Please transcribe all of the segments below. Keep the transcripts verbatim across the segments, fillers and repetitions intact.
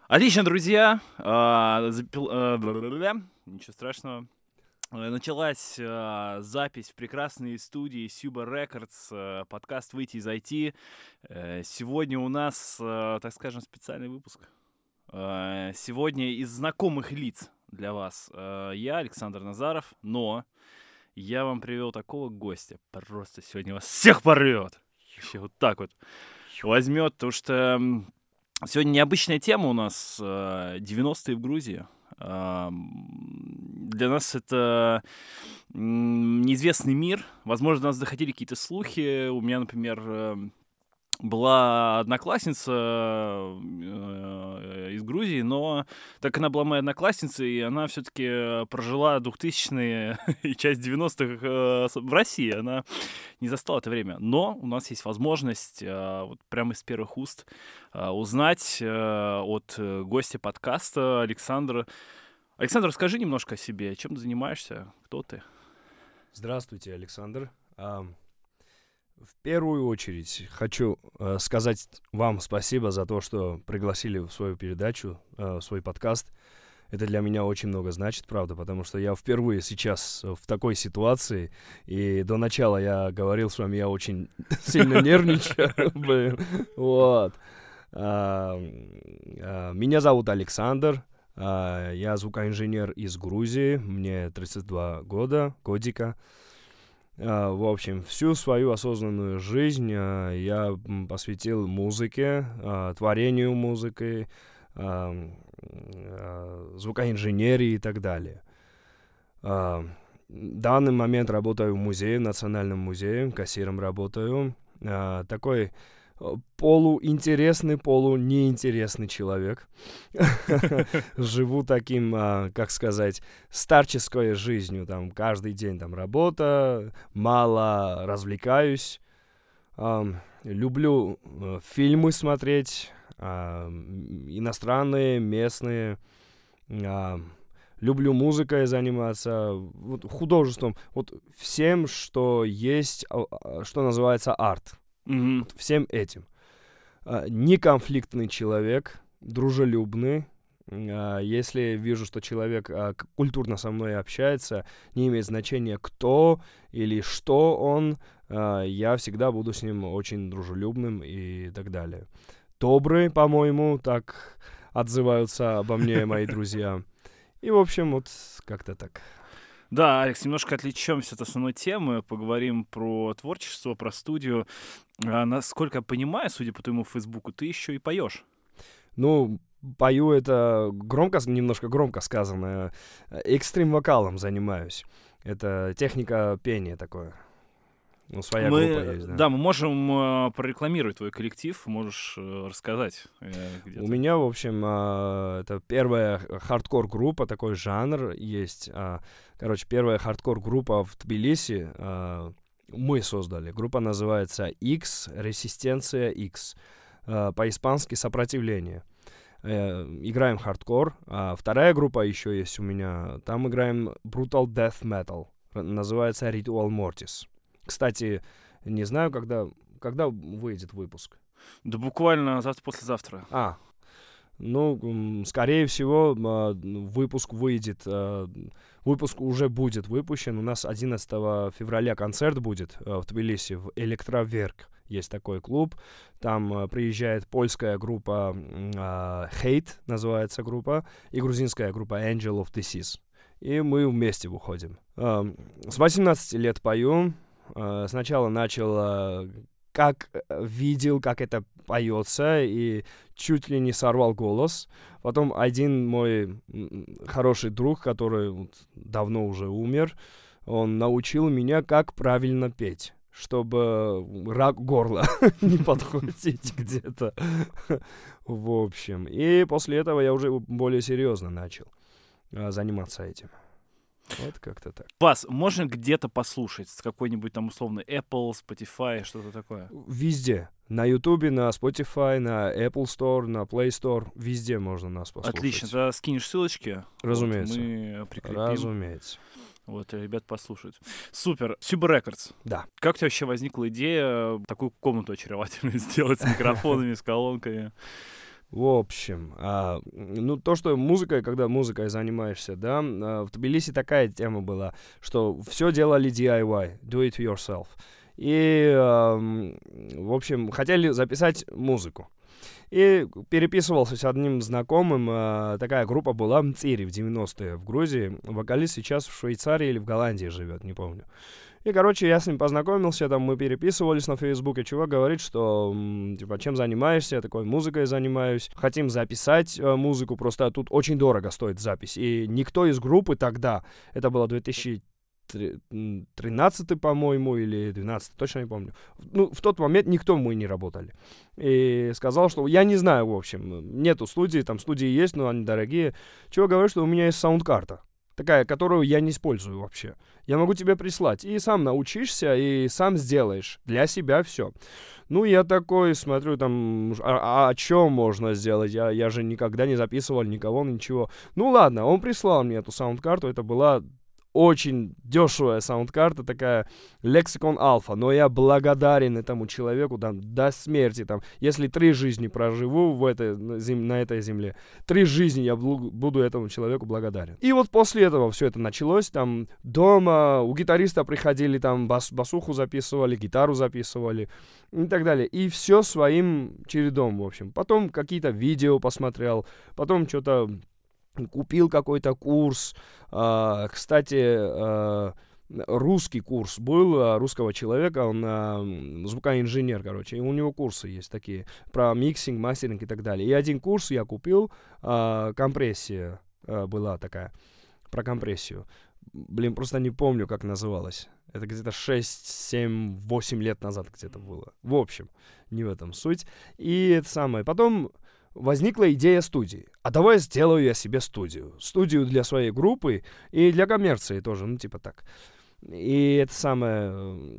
Отлично, друзья. А, запил- а, бла-бла-бла. Ничего страшного. Э, Началась а, запись в прекрасной студии Suba Records, э, подкаст «Выйти из ай ти». Э, Сегодня у нас, э, так скажем, специальный выпуск. Э, Сегодня из знакомых лиц для вас э, я, Александр Назаров, но я вам привел такого гостя. Просто сегодня вас всех порвет. Вообще вот так вот возьмет, потому что м, сегодня необычная тема у нас, э, девяностые в Грузии. Ам, Для нас это м, неизвестный мир. Возможно, до нас доходили какие-то слухи. У меня, например, э, была одноклассница э, из Грузии, но так как она была моей одноклассницей, и она все-таки прожила двухтысячные и часть девяностых э, с- в России. Она не застала это время. Но у нас есть возможность э, вот прямо из первых уст э, узнать э, от э, гостя подкаста Александра. Александр, расскажи немножко о себе. Чем ты занимаешься? Кто ты? Здравствуйте, Александр. Ам, В первую очередь хочу э, сказать вам спасибо за то, что пригласили в свою передачу, э, в свой подкаст. Это для меня очень много значит, правда, потому что я впервые сейчас в такой ситуации, и до начала я говорил с вами, я очень сильно нервничаю. Блин. Вот. А, а, Меня зовут Александр. А, Я звукоинженер из Грузии. Мне тридцать два года, годика. А, В общем, всю свою осознанную жизнь а, я м, посвятил музыке, а, творению музыки, а, м, а, звукоинженерии и так далее. А, В данный момент работаю в музее, в Национальном музее, кассиром работаю. А, Такой э, полуинтересный, полунеинтересный человек. Живу таким, а, как сказать, старческой жизнью. Там каждый день там работа, мало развлекаюсь. Ам, люблю э, фильмы смотреть, а, м, иностранные, местные. А, люблю музыкой заниматься, вот, художеством, вот всем, что есть, а, а, что называется арт. Мгм. Вот всем этим. А, неконфликтный человек, дружелюбный. А, Если вижу, что человек а, к- культурно со мной общается, не имеет значения, кто или что он, а, я всегда буду с ним очень дружелюбным и так далее. Добрый, по-моему, так отзываются обо мне мои друзья. И, в общем, вот как-то так. Да, Алекс, немножко отвлечемся от основной темы, поговорим про творчество, про студию. А, насколько я понимаю, судя по твоему Фейсбуку, ты еще и поешь. Ну, пою это громко, с- немножко громко сказано. Экстрим-вокалом занимаюсь. Это техника пения такое. Ну, своя Мы, группа э, есть, да. да, мы можем э, прорекламировать твой коллектив, можешь э, рассказать э, У где-то. меня, в общем, а, это первая х- хардкор-группа, такой жанр есть. а, Короче, первая хардкор-группа в Тбилиси а, мы создали. Группа называется X, Resistència X. а, По-испански «Сопротивление». Э, Играем хардкор. А вторая группа еще есть у меня. Там играем Brutal Death Metal. Р- Называется Ritual Mortis. Кстати, не знаю, когда, когда выйдет выпуск. Да буквально завтра-послезавтра. А, ну, м, скорее всего, а, выпуск выйдет, а, выпуск уже будет выпущен. У нас одиннадцатого февраля концерт будет а, в Тбилиси, в Электроверк. Есть такой клуб. Там а, приезжает польская группа м, а, Hate, называется группа, и грузинская группа Angel of Disease. И мы вместе выходим. Ам, С восемнадцати лет пою. А, Сначала начал, а, как э, видел, как это поется, и чуть ли не сорвал голос. Потом один мой м, хороший друг, который вот давно уже умер, он научил меня, как правильно петь, чтобы рак горла не подхватить где-то. В общем. И после этого я уже более серьезно начал а, заниматься этим. Вот как-то так. Вас можно где-то послушать с какой-нибудь там условно Apple, Spotify, что-то такое? Везде. На Ютубе, на Spotify, на Apple Store, на Play Store. Везде можно нас послушать. Отлично, тогда скинешь ссылочки. Разумеется. Вот, мы прикрепим. Разумеется. Вот, и ребят послушают. Супер. Suba Records. Да. Как у тебя вообще возникла идея такую комнату очаровательную сделать с микрофонами, с колонками? В общем, а, ну, то, что музыкой, когда музыкой занимаешься, да, а, в Тбилиси такая тема была, что все делали ди ай вай, do it yourself. И, а, в общем, хотели записать музыку. И переписывался с одним знакомым, а, такая группа была Мцири в девяностые в Грузии, вокалист сейчас в Швейцарии или в Голландии живет, не помню. И, короче, я с ним познакомился, там мы переписывались на Фейсбуке. Чувак говорит, что, м, типа, чем занимаешься? Я такой, музыкой занимаюсь. Хотим записать э, музыку, просто тут очень дорого стоит запись. И никто из группы тогда, это было две тысячи тринадцатый, по-моему, или двенадцатый, точно не помню. Ну, в тот момент никто мы не работали. И сказал, что я не знаю, в общем, нету студии, там студии есть, но они дорогие. Чувак говорит, что у меня есть саунд-карта. Такая, которую я не использую вообще. Я могу тебе прислать. И сам научишься, и сам сделаешь. Для себя все. Ну, я такой смотрю, там, а, а что можно сделать? Я, я же никогда не записывал никого, ничего. Ну, ладно, он прислал мне эту саунд-карту. Это была очень дешевая саунд-карта, такая Lexicon Alpha, но я благодарен этому человеку там, до смерти. Там, если три жизни проживу в этой, на этой земле, три жизни я буду этому человеку благодарен. И вот после этого все это началось. Там дома у гитариста приходили, там бас, басуху записывали, гитару записывали и так далее. И все своим чередом, в общем. Потом какие-то видео посмотрел, потом что-то купил какой-то курс. А, кстати, а, русский курс был а, русского человека, он а, звукоинженер, короче, и у него курсы есть такие про миксинг, мастеринг и так далее. И один курс я купил, а, компрессия а, была такая, про компрессию. Блин, просто не помню, как называлась. Это где-то шесть, семь, восемь лет назад где-то было. В общем, не в этом суть. И это самое. Потом возникла идея студии. А давай сделаю я себе студию. Студию для своей группы и для коммерции тоже, ну типа так. И это самое...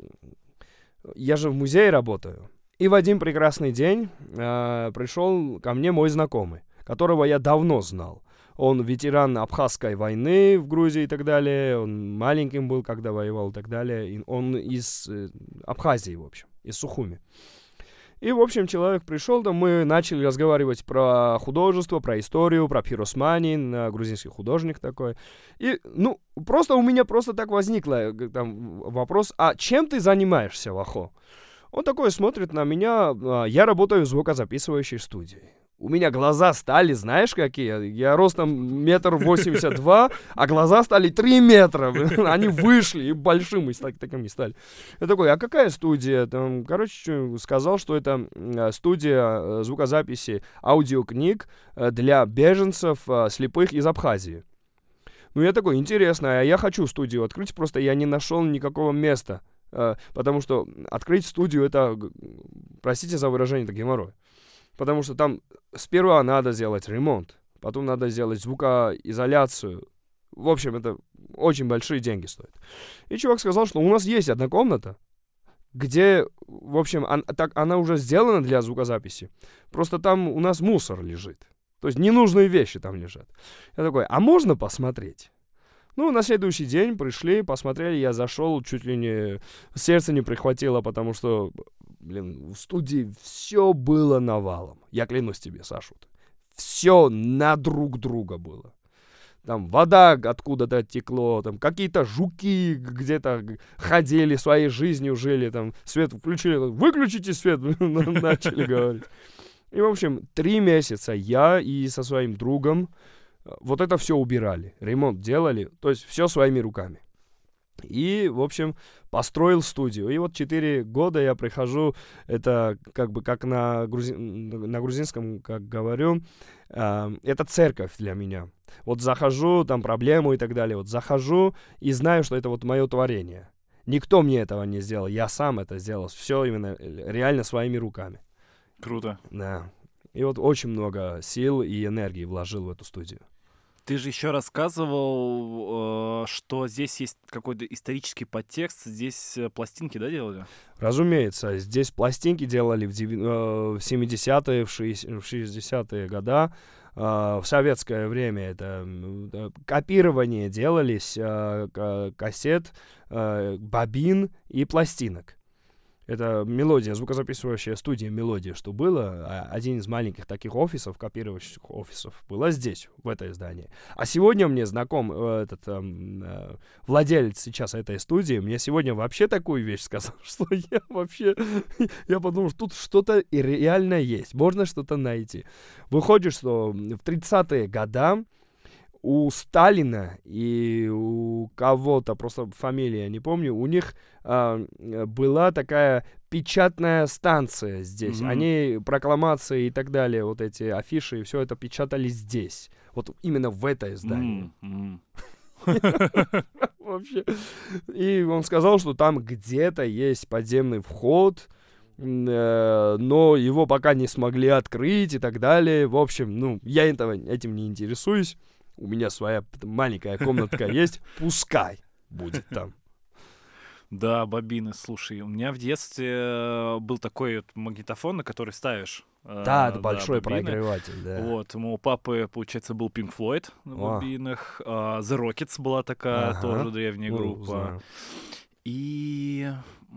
Я же в музее работаю. И в один прекрасный день э, пришел ко мне мой знакомый, которого я давно знал. Он ветеран Абхазской войны в Грузии и так далее. Он маленьким был, когда воевал и так далее. И он из э, Абхазии, в общем, из Сухуми. И, в общем, человек пришел, там мы начали разговаривать про художество, про историю, про Пирос Манин, грузинский художник такой. И, ну, просто у меня просто так возникло там вопрос, а чем ты занимаешься, Вахо? Он такой смотрит на меня, я работаю в звукозаписывающей студии. У меня глаза стали, знаешь, какие? Я ростом метр восемьдесят два, а глаза стали три метра. Они вышли и большими такими стали. Я такой, а какая студия? Там, короче, сказал, что это студия звукозаписи аудиокниг для беженцев слепых из Абхазии. Ну, я такой, интересно, а я хочу студию открыть, просто я не нашел никакого места. Потому что открыть студию, это, простите за выражение, это геморрой. Потому что там сперва надо сделать ремонт, потом надо сделать звукоизоляцию. В общем, это очень большие деньги стоит. И чувак сказал, что у нас есть одна комната, где, в общем, он, так, она уже сделана для звукозаписи. Просто там у нас мусор лежит. То есть ненужные вещи там лежат. Я такой, а можно посмотреть? Ну, на следующий день пришли, посмотрели, я зашел, чуть ли не... Сердце не прихватило, потому что, блин, в студии все было навалом. Я клянусь тебе, Сашут. Все на друг друга было. Там вода откуда-то текло, там какие-то жуки где-то ходили, своей жизнью жили, там свет включили, выключите свет, начали говорить. И, в общем, три месяца я и со своим другом вот это все убирали, ремонт делали, то есть все своими руками. И, в общем, построил студию. И вот четыре года я прихожу, это как бы как на, грузи... на грузинском, как говорю, э, это церковь для меня. Вот захожу, там проблемы и так далее, вот захожу и знаю, что это вот мое творение. Никто мне этого не сделал, я сам это сделал, все именно реально своими руками. Круто. Да. И вот очень много сил и энергии вложил в эту студию. Ты же еще рассказывал, э, что здесь есть какой-то исторический подтекст, здесь пластинки, да, делали? Разумеется, здесь пластинки делали в, дев... в семидесятые, в шестидесятые годы, э, в советское время это э, копирование делались э, кассет, э, бобин и пластинок. Это мелодия, звукозаписывающая студия «Мелодия», что было. Один из маленьких таких офисов, копирующих офисов, было здесь, в этой здании. А сегодня мне знаком э, этот э, владелец сейчас этой студии, мне сегодня вообще такую вещь сказал, что я вообще... Я подумал, что тут что-то и реально есть, можно что-то найти. Выходит, что в тридцатые годы у Сталина и у кого-то, просто фамилия не помню, у них а, была такая печатная станция здесь. Mm-hmm. Они прокламации и так далее, вот эти афиши, и все это печатали здесь. Вот именно в этой здании. Mm-hmm. Вообще. И он сказал, что там где-то есть подземный вход, но его пока не смогли открыть и так далее. В общем, ну, я этого, этим не интересуюсь. У меня своя маленькая комнатка есть, пускай будет там. Да, бобины, слушай, у меня в детстве был такой вот магнитофон, на который ставишь. Да, это большой проигрыватель, да. Вот, у моего папы, получается, был Pink Floyd на бобинах, The Rockets была такая, ага. тоже древняя ну, группа. Знаю. И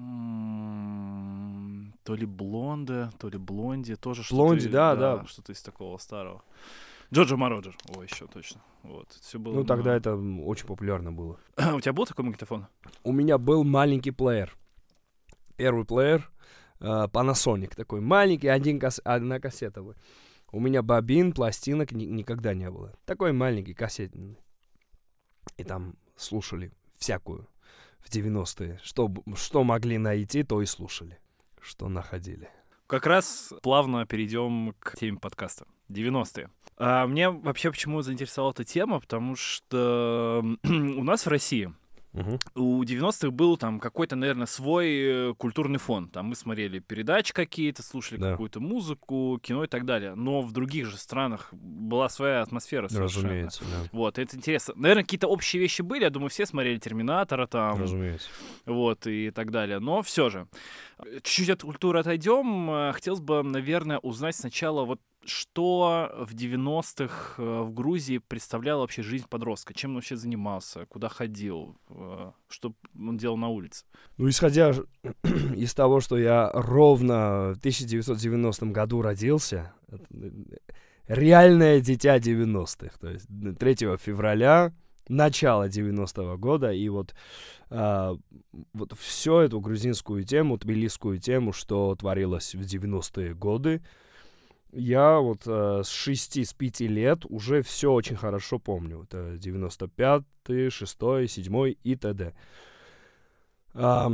м- то ли Блонде, то ли Блонди, тоже Блонди, что-то, да, да, да. что-то из такого старого. Джорджо Мороджер. Ой, еще точно. Вот. Все было. Ну, тогда это очень популярно было. У тебя был такой магнитофон? У меня был маленький плеер. Первый плеер. Uh, Panasonic такой маленький, один кас... однокассетовый. У меня бобин, пластинок ни- никогда не было. Такой маленький, кассетный. И там слушали всякую в девяностые. Что, что могли найти, то и слушали. Что находили. Как раз плавно перейдем к теме подкаста. девяностые. А мне вообще почему заинтересовала эта тема, потому что у нас в России uh-huh. у девяностых был там какой-то, наверное, свой культурный фон. Там мы смотрели передачи какие-то, слушали да. какую-то музыку, кино и так далее. Но в других же странах была своя атмосфера совершенно. Разумеется, да. Вот, это интересно. Наверное, какие-то общие вещи были. Я думаю, все смотрели «Терминатора» там. Разумеется. Вот, и так далее. Но все же. Чуть-чуть от культуры отойдем. Хотелось бы, наверное, узнать сначала вот что в девяностых в Грузии представляла вообще жизнь подростка? Чем он вообще занимался? Куда ходил? Что он делал на улице? Ну, исходя из того, что я ровно в тысяча девятьсот девяностом году родился, реальное дитя девяностых, то есть третьего февраля, начало девяностого года, и вот, а, вот всю эту грузинскую тему, тбилисскую тему, что творилось в девяностые годы, я вот э, с шести, с пяти лет уже все очень хорошо помню. Это девяносто пятый, шестой, седьмой и т.д. А,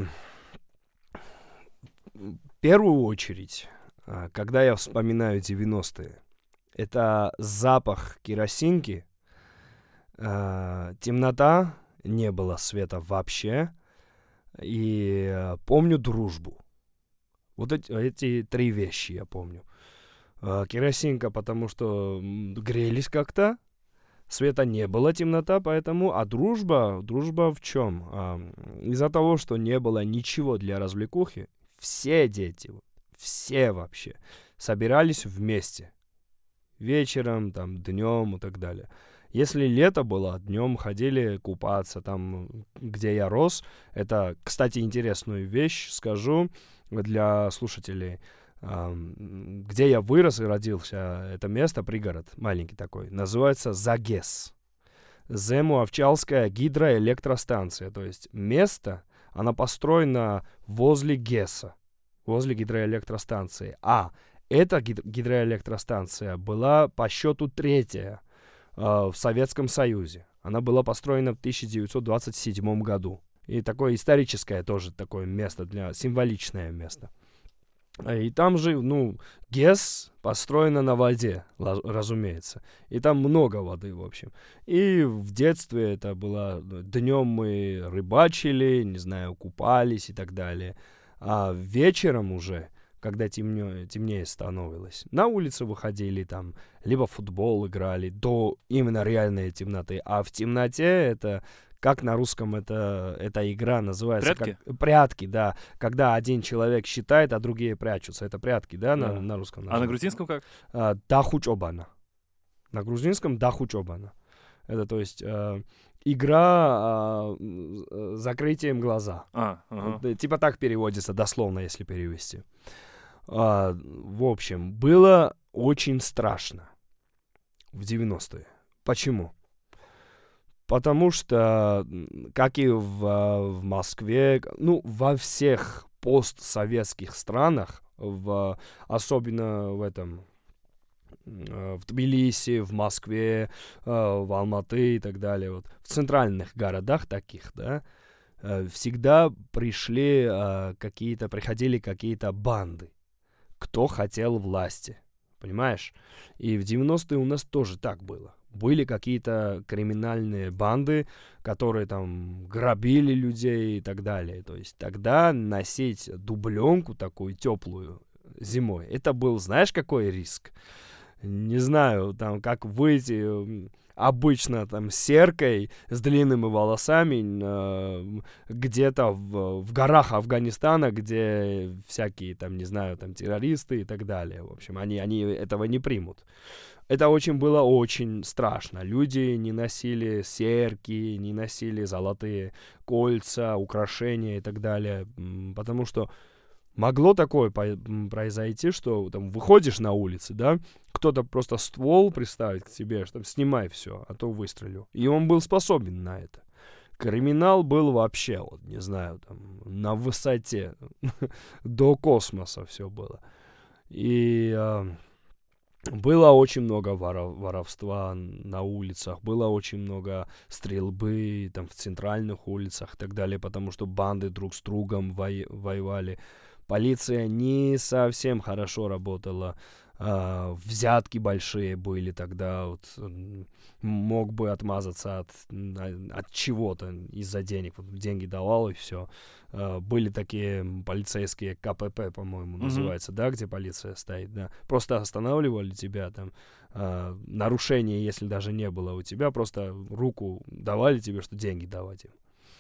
в первую очередь, а, когда я вспоминаю девяностые, это запах керосинки, а, темнота, не было света вообще, и а, помню дружбу. Вот эти, эти три вещи я помню. Керосинка, потому что грелись как-то, света не было, темнота, поэтому, а дружба, дружба в чем? А, из-за того, что не было ничего для развлекухи, все дети, все вообще, собирались вместе, вечером, там, днем и так далее. Если лето было, днем ходили купаться, там, где я рос, это, кстати, интересную вещь скажу для слушателей. Um, где я вырос и родился, это место, пригород, маленький такой, называется Загес. Земуовчалская гидроэлектростанция. То есть место, оно построено возле Геса, возле гидроэлектростанции. А эта гид- гидроэлектростанция была по счету третья uh, в Советском Союзе. Она была построена в тысяча девятьсот двадцать седьмом году. И такое историческое тоже такое место, для, символичное место. И там же, ну, ГЭС построена на воде, разумеется. И там много воды, в общем. И в детстве это было... Днем мы рыбачили, не знаю, купались и так далее. А вечером уже, когда темнее, темнее становилось, на улицу выходили там, либо в футбол играли, до именно реальной темноты. А в темноте это... Как на русском это, эта игра называется? Прятки? Как, прятки, да. Когда один человек считает, а другие прячутся. Это прятки, да, да. На, на русском называется. А на грузинском как? А, дахучобана. На грузинском дахучобана. Это, то есть, э, игра э, закрытием глаза. А, ага. Вот, типа так переводится, дословно, если перевести. А, в общем, было очень страшно в девяностые. Почему? Потому что, как и в, в Москве, ну, во всех постсоветских странах, в, особенно в этом, в Тбилиси, в Москве, в Алматы и так далее, вот, в центральных городах таких, да, всегда пришли какие-то, приходили какие-то банды, кто хотел власти, понимаешь? И в девяностые у нас тоже так было. Были какие-то криминальные банды, которые там грабили людей и так далее. То есть тогда носить дубленку такую теплую зимой, это был, знаешь, какой риск? Не знаю, там, как выйти обычно там серкой с длинными волосами э, где-то в, в горах Афганистана, где всякие там, не знаю, там террористы и так далее. В общем, они, они этого не примут. Это очень было очень страшно. Люди не носили серьги, не носили золотые кольца, украшения и так далее, потому что могло такое произойти, что там выходишь на улицы, да, кто-то просто ствол приставит к тебе, что там снимай все, а то выстрелю. И он был способен на это. Криминал был вообще, вот, не знаю, там, на высоте, до космоса все было. И э, было очень много воров, воровства на улицах, было очень много стрельбы там, в центральных улицах и так далее, потому что банды друг с другом во- воевали. Полиция не совсем хорошо работала. Uh, взятки большие были тогда. Вот, мог бы отмазаться от, от чего-то из-за денег. Вот, деньги давал и все. Uh, были такие полицейские ка пэ пэ, по-моему, mm-hmm. называется, да, где полиция стоит. Да. Просто останавливали тебя там. Uh, нарушения, если даже не было у тебя, просто руку давали тебе, что деньги давать им.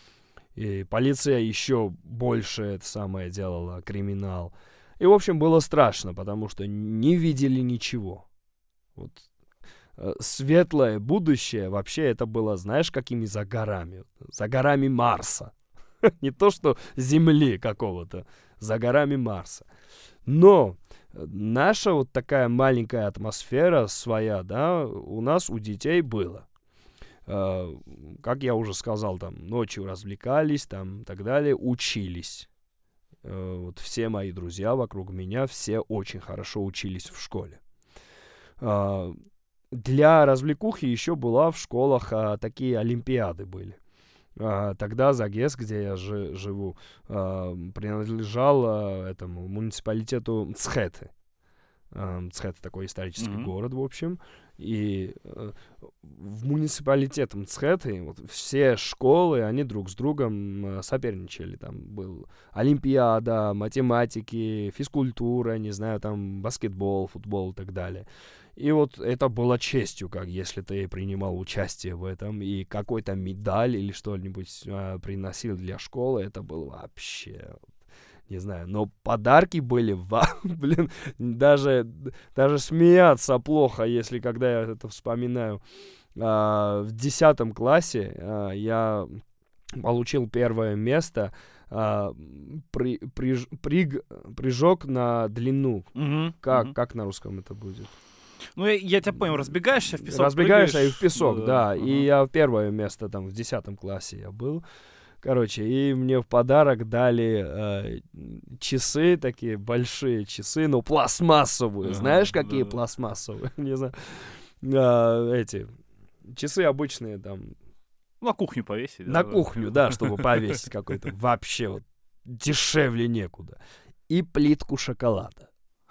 И полиция еще больше это самое делала, криминал. И, в общем, было страшно, потому что не видели ничего. Вот. Светлое будущее вообще это было, знаешь, какими за горами? За горами Марса. Не то, что Земли какого-то, за горами Марса. Но наша вот такая маленькая атмосфера своя, да, у нас, у детей была. Uh, как я уже сказал, там, ночью развлекались, там, и так далее, учились. Uh, вот все мои друзья вокруг меня, все очень хорошо учились в школе. Uh, для развлекухи еще была в школах uh, такие олимпиады были. Uh, тогда Загес, где я жи- живу, uh, принадлежал uh, этому муниципалитету Мцхеты. Uh, Мцхеты такой исторический mm-hmm. город, в общем. И э, в муниципалитете Мцхеты вот, все школы, они друг с другом э, соперничали. Там был олимпиада, математики, физкультура, не знаю, там баскетбол, футбол и так далее. И вот это было честью, как если ты принимал участие в этом, и какой-то медаль или что-нибудь э, приносил для школы, это было вообще... Не знаю, но подарки были, блин, даже, даже смеяться плохо, если когда я это вспоминаю. А, в десятом классе а, я получил первое место, а, при, приж, приг, прыжок на длину. Угу, как, угу. как на русском это будет? Ну, я, я тебя понял, разбегаешься в песок, Разбегаешься прыгаешь, и в песок, да. да. Угу. И я первое место там в десятом классе я был. Короче, и мне в подарок дали э, часы, такие большие часы, но пластмассовые. Ага, Знаешь, какие да-да. пластмассовые? Не знаю. А, эти часы обычные там. На кухню повесить. На да, кухню, да, чтобы повесить какой-то. Вообще вот дешевле некуда. И плитку шоколада.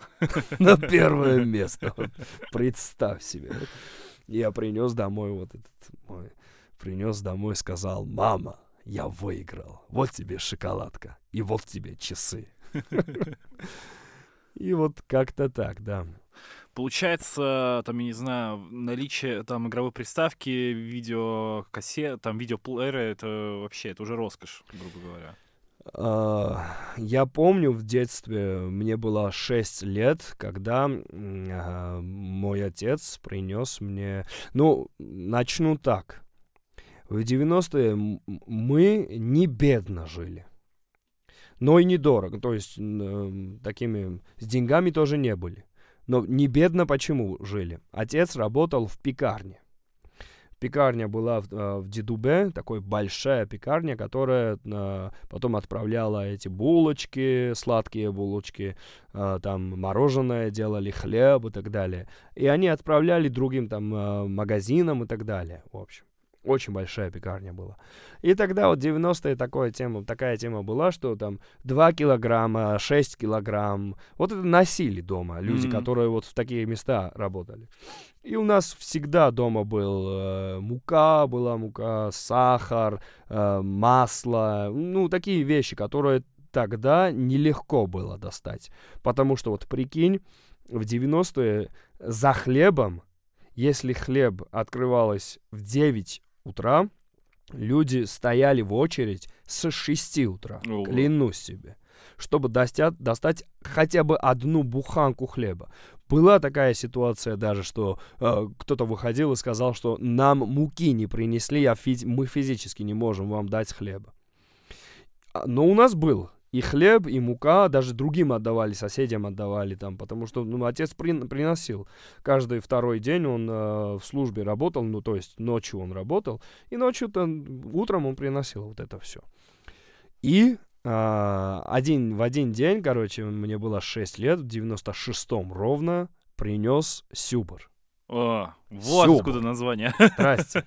На первое место. Представь себе. Я принес домой вот этот мой. Принес домой, сказал: мама, я выиграл. Вот тебе шоколадка. И вот тебе часы. И вот как-то так, да. Получается, там, я не знаю, наличие там игровой приставки, видеокассет, там видеоплеера, это вообще, это уже роскошь, грубо говоря. Uh, я помню в детстве, мне было шесть лет, когда uh, мой отец принес мне... Ну, начну так. В девяностые мы не бедно жили, но и недорого. То есть uh, такими с деньгами тоже не были. Но не бедно почему жили? Отец работал в пекарне. Пекарня была в, в Дедубе, такой большая пекарня, которая э, потом отправляла эти булочки, сладкие булочки, э, там мороженое делали, хлеб и так далее. И они отправляли другим там э, магазинам и так далее, в общем. Очень большая пекарня была. И тогда вот в девяностые такая тема, такая тема была, что там два килограмма, шесть килограмм. Вот это носили дома люди, mm-hmm. которые вот в такие места работали. И у нас всегда дома был э, мука, была мука, сахар, э, масло. Ну, такие вещи, которые тогда нелегко было достать. Потому что вот прикинь, в девяностые за хлебом, если хлеб открывалось в девять утра, люди стояли в очередь с шести утра, Ого. клянусь себе, чтобы достать, достать хотя бы одну буханку хлеба. Была такая ситуация даже, что э, кто-то выходил и сказал, что нам муки не принесли, а физи- мы физически не можем вам дать хлеба. Но у нас был и хлеб, и мука, даже другим отдавали, соседям отдавали там, потому что ну, отец при, приносил. Каждый второй день он э, в службе работал, ну то есть ночью он работал, и ночью-то, утром он приносил вот это все. И э, один, в один день, короче, мне было шесть лет, в девяносто шестом ровно принес сюбр. О, вот сюбр. Откуда название. Здрасте.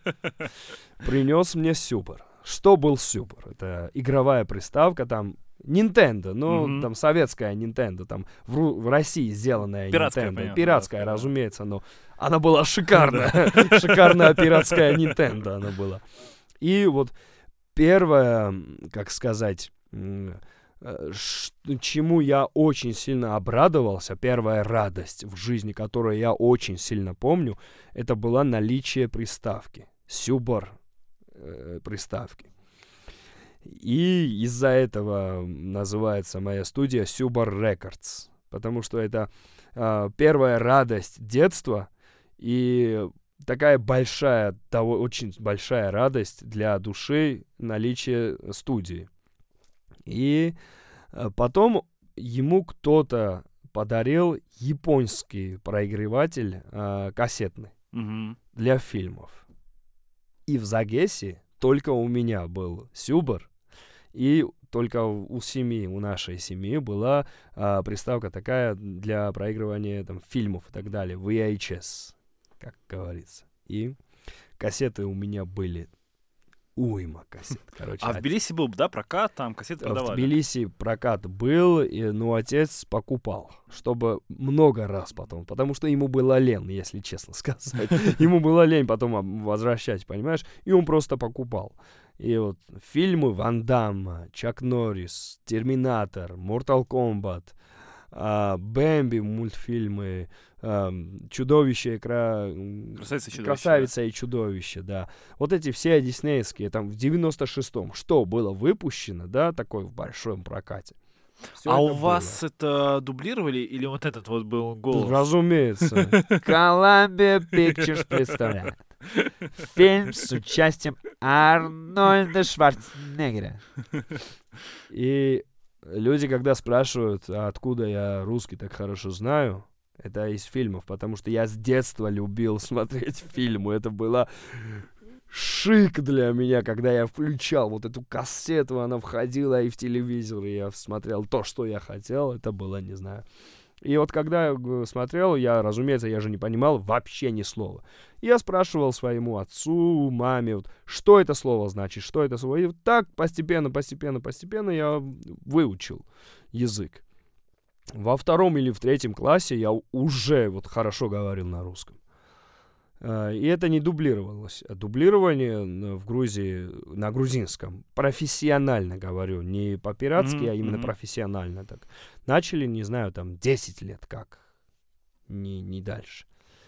Принес мне сюбр. Что был сюбр? Это игровая приставка, там Nintendo, ну, mm-hmm. там советская Nintendo, там в, Ру- в России сделанная пиратская, Nintendo. Понятно, пиратская, да, разумеется, но она была шикарная. Шикарная пиратская Nintendo она была. И вот первое, как сказать, чему я очень сильно обрадовался, первая радость в жизни, которую я очень сильно помню, это было наличие приставки. Сюбр э, приставки. И из-за этого называется моя студия Subar Records, потому что это э, первая радость детства и такая большая, того, очень большая радость для души наличие студии. И э, потом ему кто-то подарил японский проигрыватель э, кассетный mm-hmm. для фильмов. И в Загесе только у меня был Сюбр, и только у семьи, у нашей семьи была а, приставка такая для проигрывания там, фильмов и так далее, ви эйч эс, как говорится. И кассеты у меня были уйма кассет. Короче, а в Тбилиси был, да, прокат, там кассеты продавали? В Тбилиси прокат был, и, ну, отец покупал, чтобы много раз потом, потому что ему было лень, если честно сказать. Ему было лень потом возвращать, понимаешь? И он просто покупал. И вот фильмы Ван Дамма, Чак Норрис, Терминатор, Mortal Kombat, а, Бэмби мультфильмы, а, Чудовище и кра... Красавица и чудовище. Красавица и чудовище, да. Вот эти все диснеевские, там в девяносто шестом, что было выпущено, да, такой в большом прокате. Всё а у было. Вас это дублировали или вот этот вот был голос? Разумеется. Columbia Pictures представляет фильм с участием Арнольда Шварценеггера. И люди, когда спрашивают, а откуда я русский так хорошо знаю, это из фильмов, потому что я с детства любил смотреть фильмы. Это было шик для меня, когда я включал вот эту кассету, она входила и в телевизор, и я смотрел то, что я хотел. Это было, не знаю. И вот когда я смотрел, я, разумеется, я же не понимал вообще ни слова. Я спрашивал своему отцу, маме, вот, что это слово значит, что это слово. И вот так постепенно, постепенно, постепенно я выучил язык. Во втором или в третьем классе я уже вот хорошо говорил на русском. И это не дублировалось. Дублирование в Грузии на грузинском, профессионально говорю, не по-пиратски, mm-hmm. а именно mm-hmm. профессионально так. Начали, не знаю, там десять лет как, не, не дальше.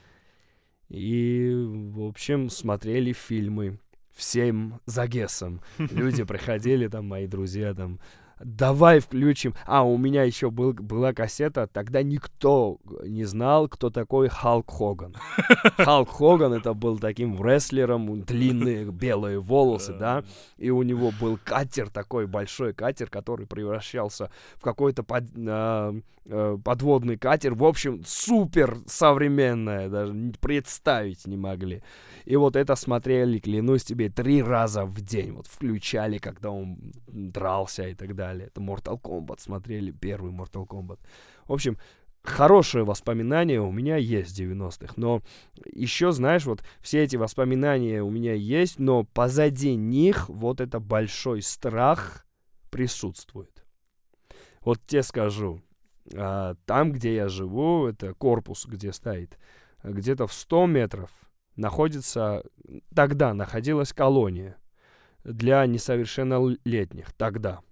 И, в общем, смотрели фильмы всем Загесом. Люди приходили, там, мои друзья, там, давай включим. А, у меня еще был, была кассета, тогда никто не знал, кто такой Халк Хоган. Халк Хоган это был таким рестлером, длинные белые волосы, да, и у него был катер, такой большой катер, который превращался в какой-то под, а, а, подводный катер. В общем, супер современное, даже представить не могли. И вот это смотрели, клянусь тебе, три раза в день. Вот включали, когда он дрался и так далее. Это Mortal Kombat смотрели, первый Mortal Kombat. В общем, хорошие воспоминания у меня есть девяностых. Но еще, знаешь, вот все эти воспоминания у меня есть, но позади них вот это большой страх присутствует. Вот тебе скажу, а, там, где я живу, это корпус, где стоит, где-то в сто метров находится, тогда находилась колония для несовершеннолетних, тогда.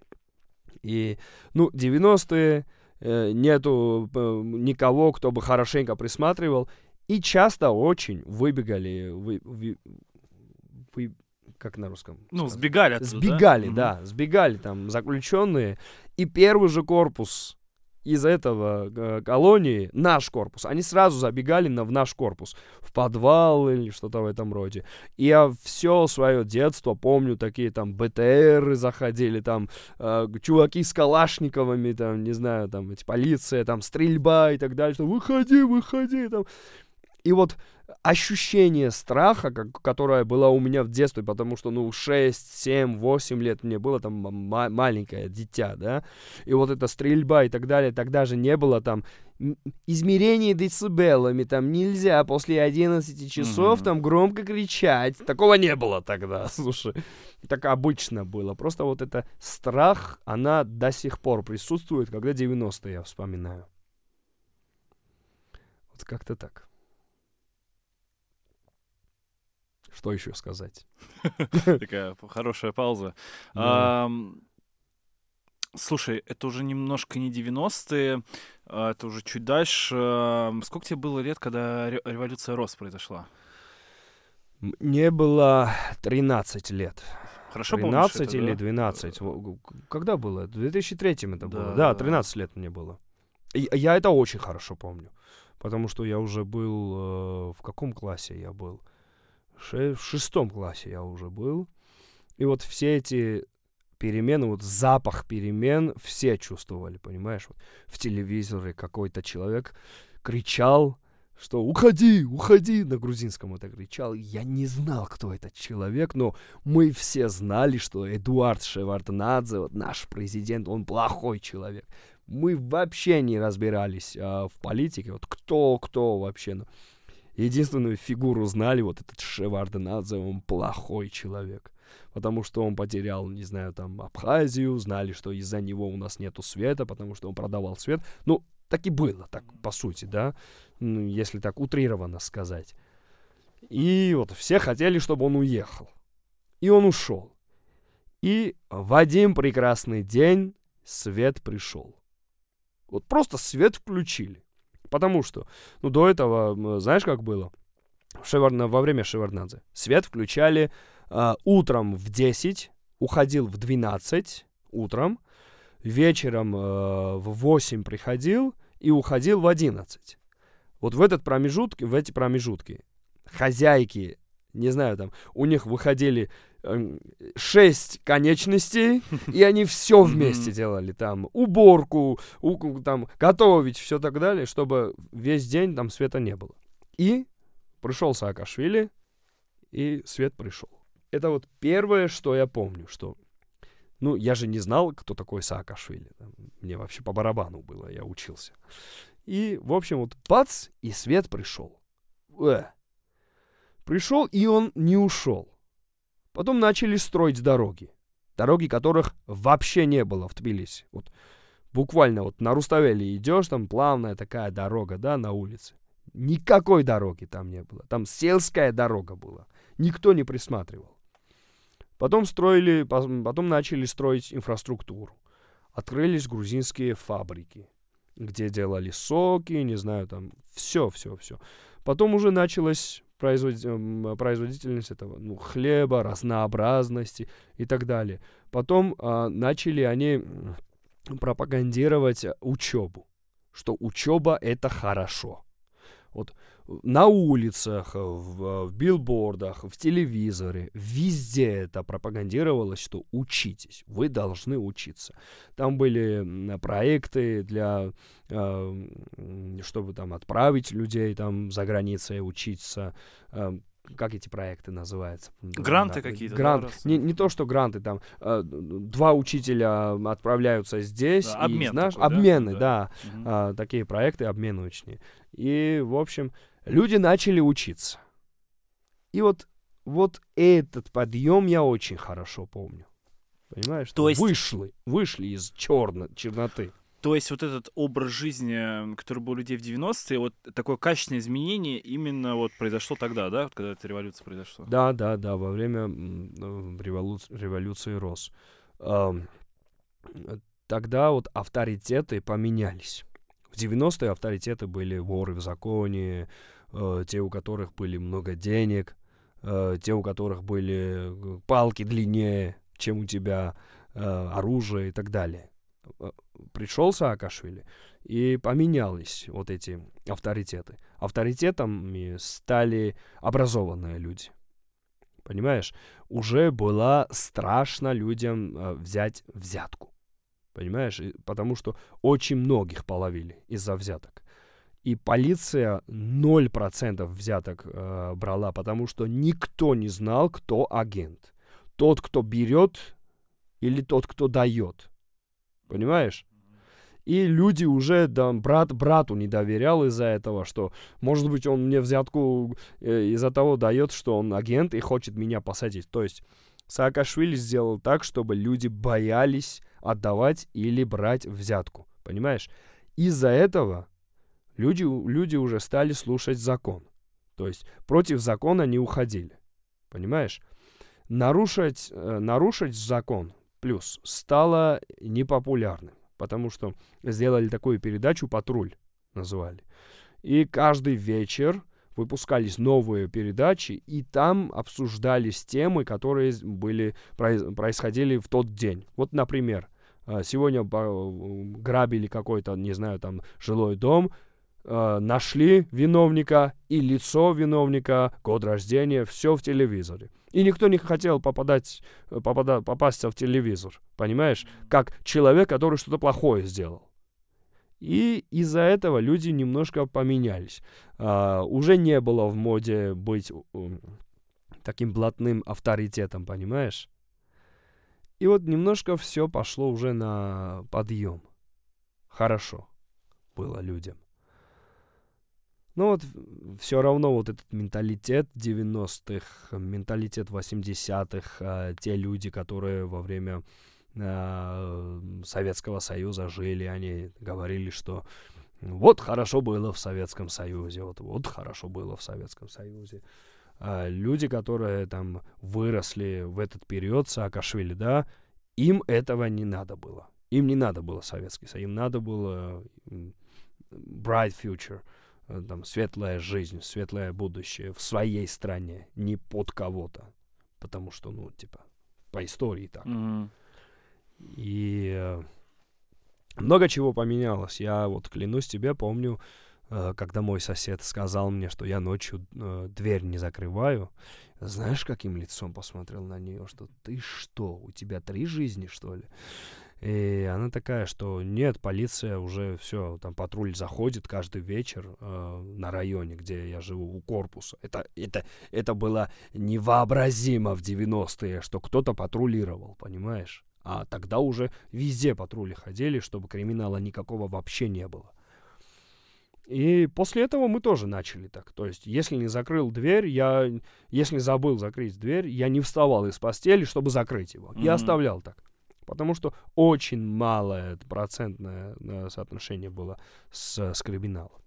И, ну, девяностые, э, нету э, никого, кто бы хорошенько присматривал, и часто очень выбегали, вы, вы, вы, как на русском? Ну, сбегали оттуда, Сбегали, да? да, сбегали там заключенные, и первый же корпус из этого э, колонии, наш корпус, они сразу забегали на, в наш корпус, в подвал или что-то в этом роде. И я все свое детство помню, такие там БТРы заходили, там э, чуваки с калашниковыми, там, не знаю, там, эти, полиция, там, стрельба и так далее, что выходи, выходи, там. И вот ощущение страха, как, которое было у меня в детстве, потому что, ну, шесть, семь, восемь лет мне было, там, ма- маленькое дитя, да, и вот эта стрельба и так далее, тогда же не было там измерение децибелами, там нельзя после одиннадцати часов mm-hmm. там громко кричать, такого не было тогда, слушай, так обычно было, просто вот это страх, она до сих пор присутствует, когда девяностые я вспоминаю. Вот как-то так. Что еще сказать? Такая хорошая пауза. Слушай, это уже немножко не девяностые, это уже чуть дальше. Сколько тебе было лет, когда революция роз произошла? Мне было тринадцать лет. Хорошо тринадцать помнишь это, или да? двенадцать. Когда было? В две тысячи третьем это Да, было. Да, да. тринадцать лет мне было. И я это очень хорошо помню. Потому что я уже был... В каком классе я был? В шестом классе я уже был. И вот все эти перемены, вот запах перемен все чувствовали, понимаешь? Вот в телевизоре какой-то человек кричал, что «Уходи, уходи!» На грузинском это кричал. Я не знал, кто этот человек, но мы все знали, что Эдуард Шеварднадзе, вот наш президент, он плохой человек. Мы вообще не разбирались а, в политике, вот кто-кто вообще, ну, единственную фигуру знали, вот этот Шеварднадзе, он плохой человек. Потому что он потерял, не знаю, там, Абхазию, знали, что из-за него у нас нету света, потому что он продавал свет. Ну, так и было, так, по сути, да, ну, если так утрированно сказать. И вот все хотели, чтобы он уехал. И он ушел. И в один прекрасный день свет пришел. Вот просто свет включили. Потому что, ну, до этого, знаешь, как было? Шеварна, во время Шеварднадзе свет включали э, утром в десять, уходил в двенадцать утром, вечером э, в восемь приходил и уходил в одиннадцать. Вот в этот промежуток, в эти промежутки хозяйки, не знаю, там, у них выходили э, шесть конечностей, и они все вместе делали, там, уборку, у, там, готовить, все так далее, чтобы весь день там света не было. И пришел Саакашвили, и свет пришел. Это вот первое, что я помню, что... Ну, я же не знал, кто такой Саакашвили. Мне вообще по барабану было, я учился. И, в общем, вот бац, и свет пришел. Э. Пришел, и он не ушел. Потом начали строить дороги. Дороги, которых вообще не было в Тбилиси. Вот буквально вот на Руставели идешь, там плавная такая дорога, да, на улице. Никакой дороги там не было. Там сельская дорога была. Никто не присматривал. Потом строили, потом начали строить инфраструктуру. Открылись грузинские фабрики, где делали соки, не знаю, там все, все, все. Потом уже началось производитель, производительность этого ну, хлеба, разнообразности и так далее. Потом а, начали они пропагандировать учебу, что учеба — это хорошо. Вот на улицах, в, в билбордах, в телевизоре, везде это пропагандировалось, что учитесь, вы должны учиться. Там были проекты для, э, чтобы там отправить людей там за границей учиться. Э, как эти проекты называются? Гранты да, какие-то. Грант. Да, не, не то, что гранты, там э, два учителя отправляются здесь. Да, обмен и, знаешь, такой, обмены, да. да. Угу. Э, такие проекты обменочные. И, в общем, люди начали учиться. И вот, вот этот подъем я очень хорошо помню. Понимаешь? То есть... Вышли, вышли из черно, черноты. То есть вот этот образ жизни, который был у людей в девяностые, вот такое качественное изменение именно вот произошло тогда, да, когда эта революция произошла? Да, да, да, во время революции, революции рос. Тогда вот авторитеты поменялись. В девяностые авторитеты были воры в законе, э, те, у которых были много денег, э, те, у которых были палки длиннее, чем у тебя, э, оружие и так далее. Пришел Саакашвили, и поменялись вот эти авторитеты. Авторитетами стали образованные люди. Понимаешь? Уже было страшно людям э, взять взятку. Понимаешь? И, потому что очень многих половили из-за взяток. И полиция ноль процентов взяток э, брала, потому что никто не знал, кто агент. Тот, кто берет, или тот, кто дает. Понимаешь? И люди уже, да, брат брату не доверял из-за этого, что, может быть, он мне взятку э, из-за того дает, что он агент и хочет меня посадить. То есть Саакашвили сделал так, чтобы люди боялись отдавать или брать взятку. Понимаешь? Из-за этого люди, люди уже стали слушать закон. То есть против закона не уходили. Понимаешь? Нарушить, э, нарушить закон плюс стало непопулярным. Потому что сделали такую передачу «Патруль» называли. И каждый вечер выпускались новые передачи, и там обсуждались темы, которые были, происходили в тот день. Вот, например, сегодня грабили какой-то, не знаю, там, жилой дом, нашли виновника и лицо виновника, год рождения, все в телевизоре. И никто не хотел попадать, попада, попасться в телевизор, понимаешь, как человек, который что-то плохое сделал. И из-за этого люди немножко поменялись. А, уже не было в моде быть um, таким блатным авторитетом, понимаешь? И вот немножко все пошло уже на подъем. Хорошо было людям. Но вот все равно вот этот менталитет девяностых, менталитет восьмидесятых, э, те люди, которые во время э, Советского Союза жили, они говорили, что вот хорошо было в Советском Союзе, вот, вот хорошо было в Советском Союзе. Э, люди, которые там выросли в этот период, Саакашвили, да, им этого не надо было. Им не надо было Советский Союз, им надо было bright future. Там, светлая жизнь, светлое будущее в своей стране, не под кого-то. Потому что, ну, типа, по истории так. Mm-hmm. И э, много чего поменялось. Я вот, клянусь тебе, помню, э, когда мой сосед сказал мне, что я ночью э, дверь не закрываю. Знаешь, каким лицом посмотрел на нее, что ты что, у тебя три жизни, что ли? И она такая, что нет, полиция уже все, там патруль заходит каждый вечер э, на районе, где я живу, у корпуса. Это, это, это было невообразимо в девяностые, что кто-то патрулировал, понимаешь? А тогда уже везде патрули ходили, чтобы криминала никакого вообще не было. И после этого мы тоже начали так. То есть, если не закрыл дверь, я, если забыл закрыть дверь, я не вставал из постели, чтобы закрыть его. Mm-hmm. Я оставлял так. Потому что очень малое процентное э, соотношение было с, с криминалом.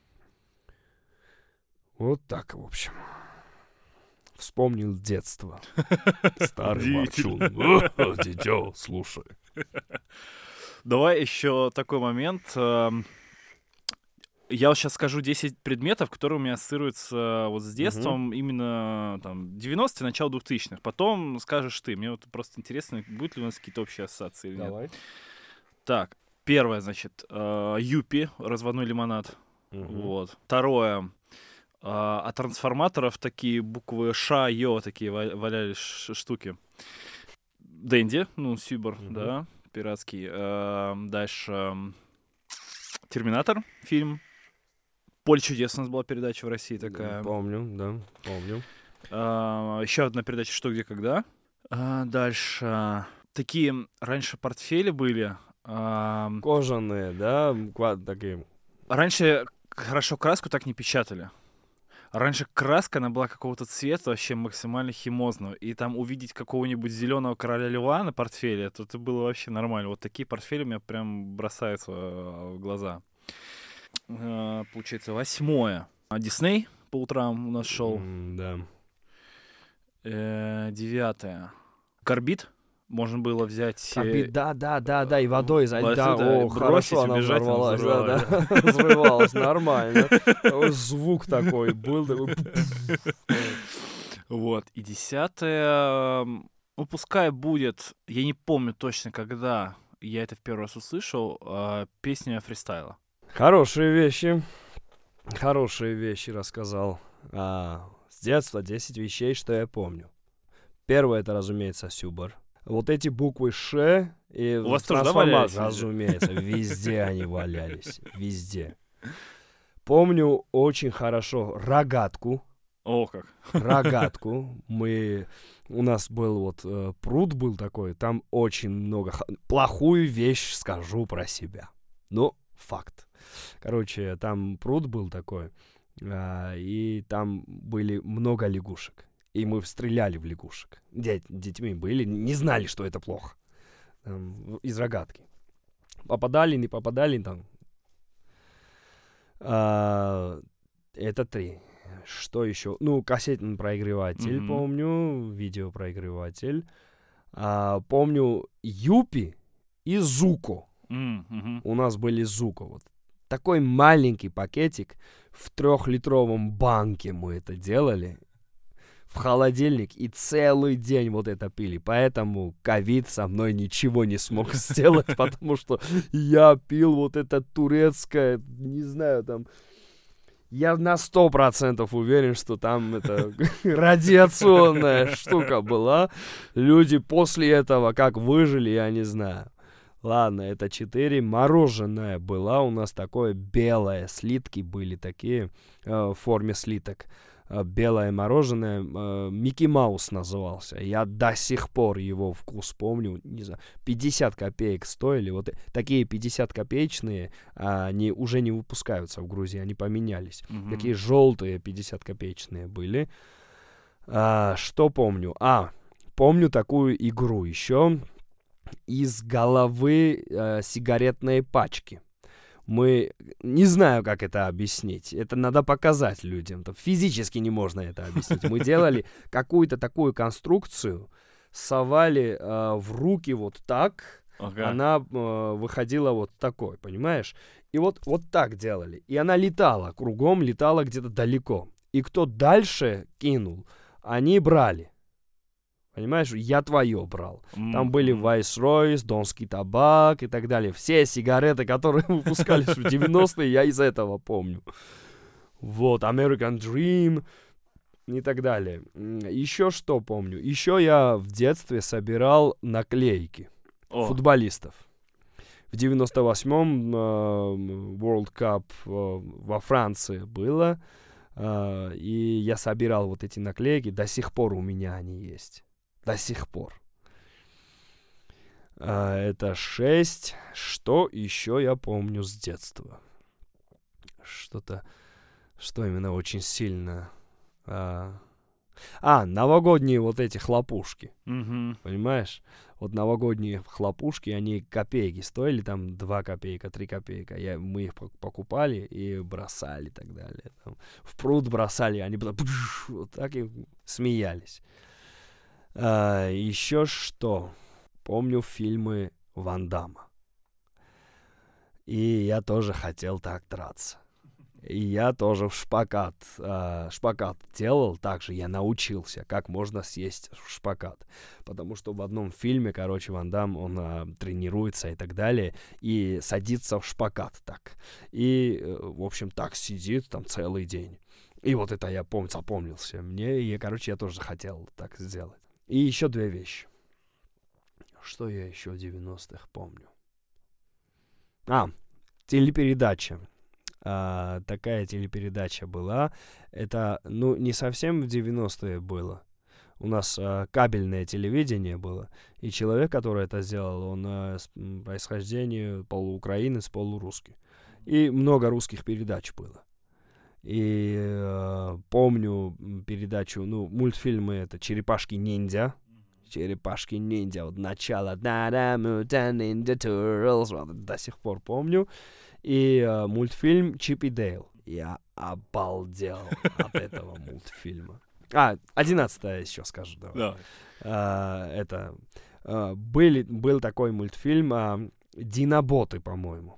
Вот так, в общем. Вспомнил детство. Старый ворчун. Дитё, слушай. Давай еще такой момент. Я вот сейчас скажу десять предметов, которые у меня ассоциируются вот с детством, Мгм. именно там девяностые, начало двухтысячных. Потом скажешь ты. Мне вот просто интересно, будут ли у нас какие-то общие ассоциации или нет. Давай. Так, первое, значит, э, Юпи, разводной лимонад. Мгм. Вот. Второе, а, от трансформаторов такие буквы Ш, Ё, такие ва- валялись ш- штуки. Дэнди, ну, Сюбер, Мгм. да, пиратский. Э, Дальше м, Терминатор, фильм. Поле чудес у нас была передача в России Да, такая. помню, да, помню. Еще одна передача «Что, где, когда». А, Дальше. Такие раньше портфели были. а, Кожаные, да, м, ква- такие. Раньше хорошо краску так не печатали. Раньше краска, она была какого-то цвета вообще максимально химозного. И там увидеть какого-нибудь зеленого короля льва на портфеле, то это было вообще нормально. Вот такие портфели у меня прям бросаются э, в глаза. Э, Получается, восьмое. А, Дисней по утрам у нас шел. М, Да. Э, Девятое. Горбит. Можно было взять... Как э, би- да, да, да, да, и водой залить, вот да, это, о, бросить, хорошо, она убежать, она взорвалась, да, да, взорвалась, взрывалась, нормально. Такой звук такой был, такой, Вот. И десятое. м, Ну, пускай будет, я не помню точно, когда я это в первый раз услышал, а, песня фристайла. Хорошие вещи, хорошие вещи рассказал. А, с детства десять вещей, что я помню. Первое, это, разумеется, Сюбар. Вот эти буквы Ш и У вас в тоже, да, трансформа- валялись везде? разумеется, везде они валялись, везде. Помню очень хорошо рогатку. О, как. Рогатку. Мы... У нас был вот э, пруд был такой, там очень много... х- Плохую вещь скажу про себя. Но факт. Короче, там пруд был такой, а, и там были много лягушек. И мы стреляли в лягушек. Дет- детьми были, не знали, что это плохо. Там, в- из рогатки. Попадали, не попадали там. А, это три. Что еще? Ну, кассетный проигрыватель, Мгм. помню, видеопроигрыватель. А, помню Юпи и Зуко. М, мгм. У нас были Зуко. Вот. Такой маленький пакетик в трехлитровом банке мы это делали. В холодильник и целый день вот это пили. Поэтому ковид со мной ничего не смог сделать, потому что я пил вот это турецкое, не знаю, там... Я на сто процентов уверен, что там это радиационная штука была. Люди после этого как выжили, я не знаю. Ладно, это четыре. Мороженое было у нас такое белое. Слитки были такие э, в форме слиток. Э, белое мороженое. Э, Микки Маус назывался. Я до сих пор его вкус помню. Не знаю, пятьдесят копеек стоили. Вот такие пятьдесят копеечные, а, они уже не выпускаются в Грузии. Они поменялись. Мгм. Такие желтые пятьдесят копеечные были. А, что помню? А, помню такую игру еще. Из головы э, сигаретной пачки. Мы... Не знаю, как это объяснить. Это надо показать людям. Там физически не можно это объяснить. Мы делали какую-то такую конструкцию, совали э, в руки вот так. Ага. Она э, выходила вот такой, понимаешь? И вот, вот так делали. И она летала кругом, летала где-то далеко. И кто дальше кинул, они брали. Понимаешь, я твое брал. Там М, были мгм. Viceroy, Донский табак и так далее. Все сигареты, которые выпускались в девяностые, я из этого помню. Вот, American Dream и так далее. Еще что помню? Еще я в детстве собирал наклейки О, футболистов. В девяносто восьмом э, World Cup э, во Франции было. э, и я собирал вот эти наклейки. До сих пор у меня они есть. До сих пор. А, это шесть. Что еще я помню с детства? Что-то, что именно очень сильно... А, а, новогодние вот эти хлопушки. мгм. Понимаешь? Вот новогодние хлопушки, они копейки стоили, там два копейка, три копейка. Я, мы их пок- покупали и бросали и так далее. Там, в пруд бросали, они потом пш, вот так и смеялись. А, еще что? Помню фильмы Ван Дамма. И я тоже хотел так драться. И я тоже в шпагат, э, шпагат делал, также я научился, как можно съесть шпагат. Потому что в одном фильме, короче, Ван Дамм, он э, тренируется и так далее, и садится в шпагат так. И, э, в общем, так сидит там целый день. И вот это я помню, запомнился мне, и, короче, я тоже хотел так сделать. И еще две вещи. Что я еще в девяностых помню? А, телепередача. А, такая телепередача была. Это, ну, не совсем в девяностые было. У нас а, кабельное телевидение было. И человек, который это сделал, он а, с происхождения полуукраинец, полурусский. И много русских передач было. И а, помню передачу, ну, мультфильмы это «Черепашки-ниндзя». «Черепашки-ниндзя». Вот начало. Ninja Turtles. Вот, до сих пор помню. И э, мультфильм «Чип и Дейл». Я обалдел от этого мультфильма. А, одиннадцатое еще скажу, давай. Да. А, это, а, были, был такой мультфильм а, «Диноботы», по-моему.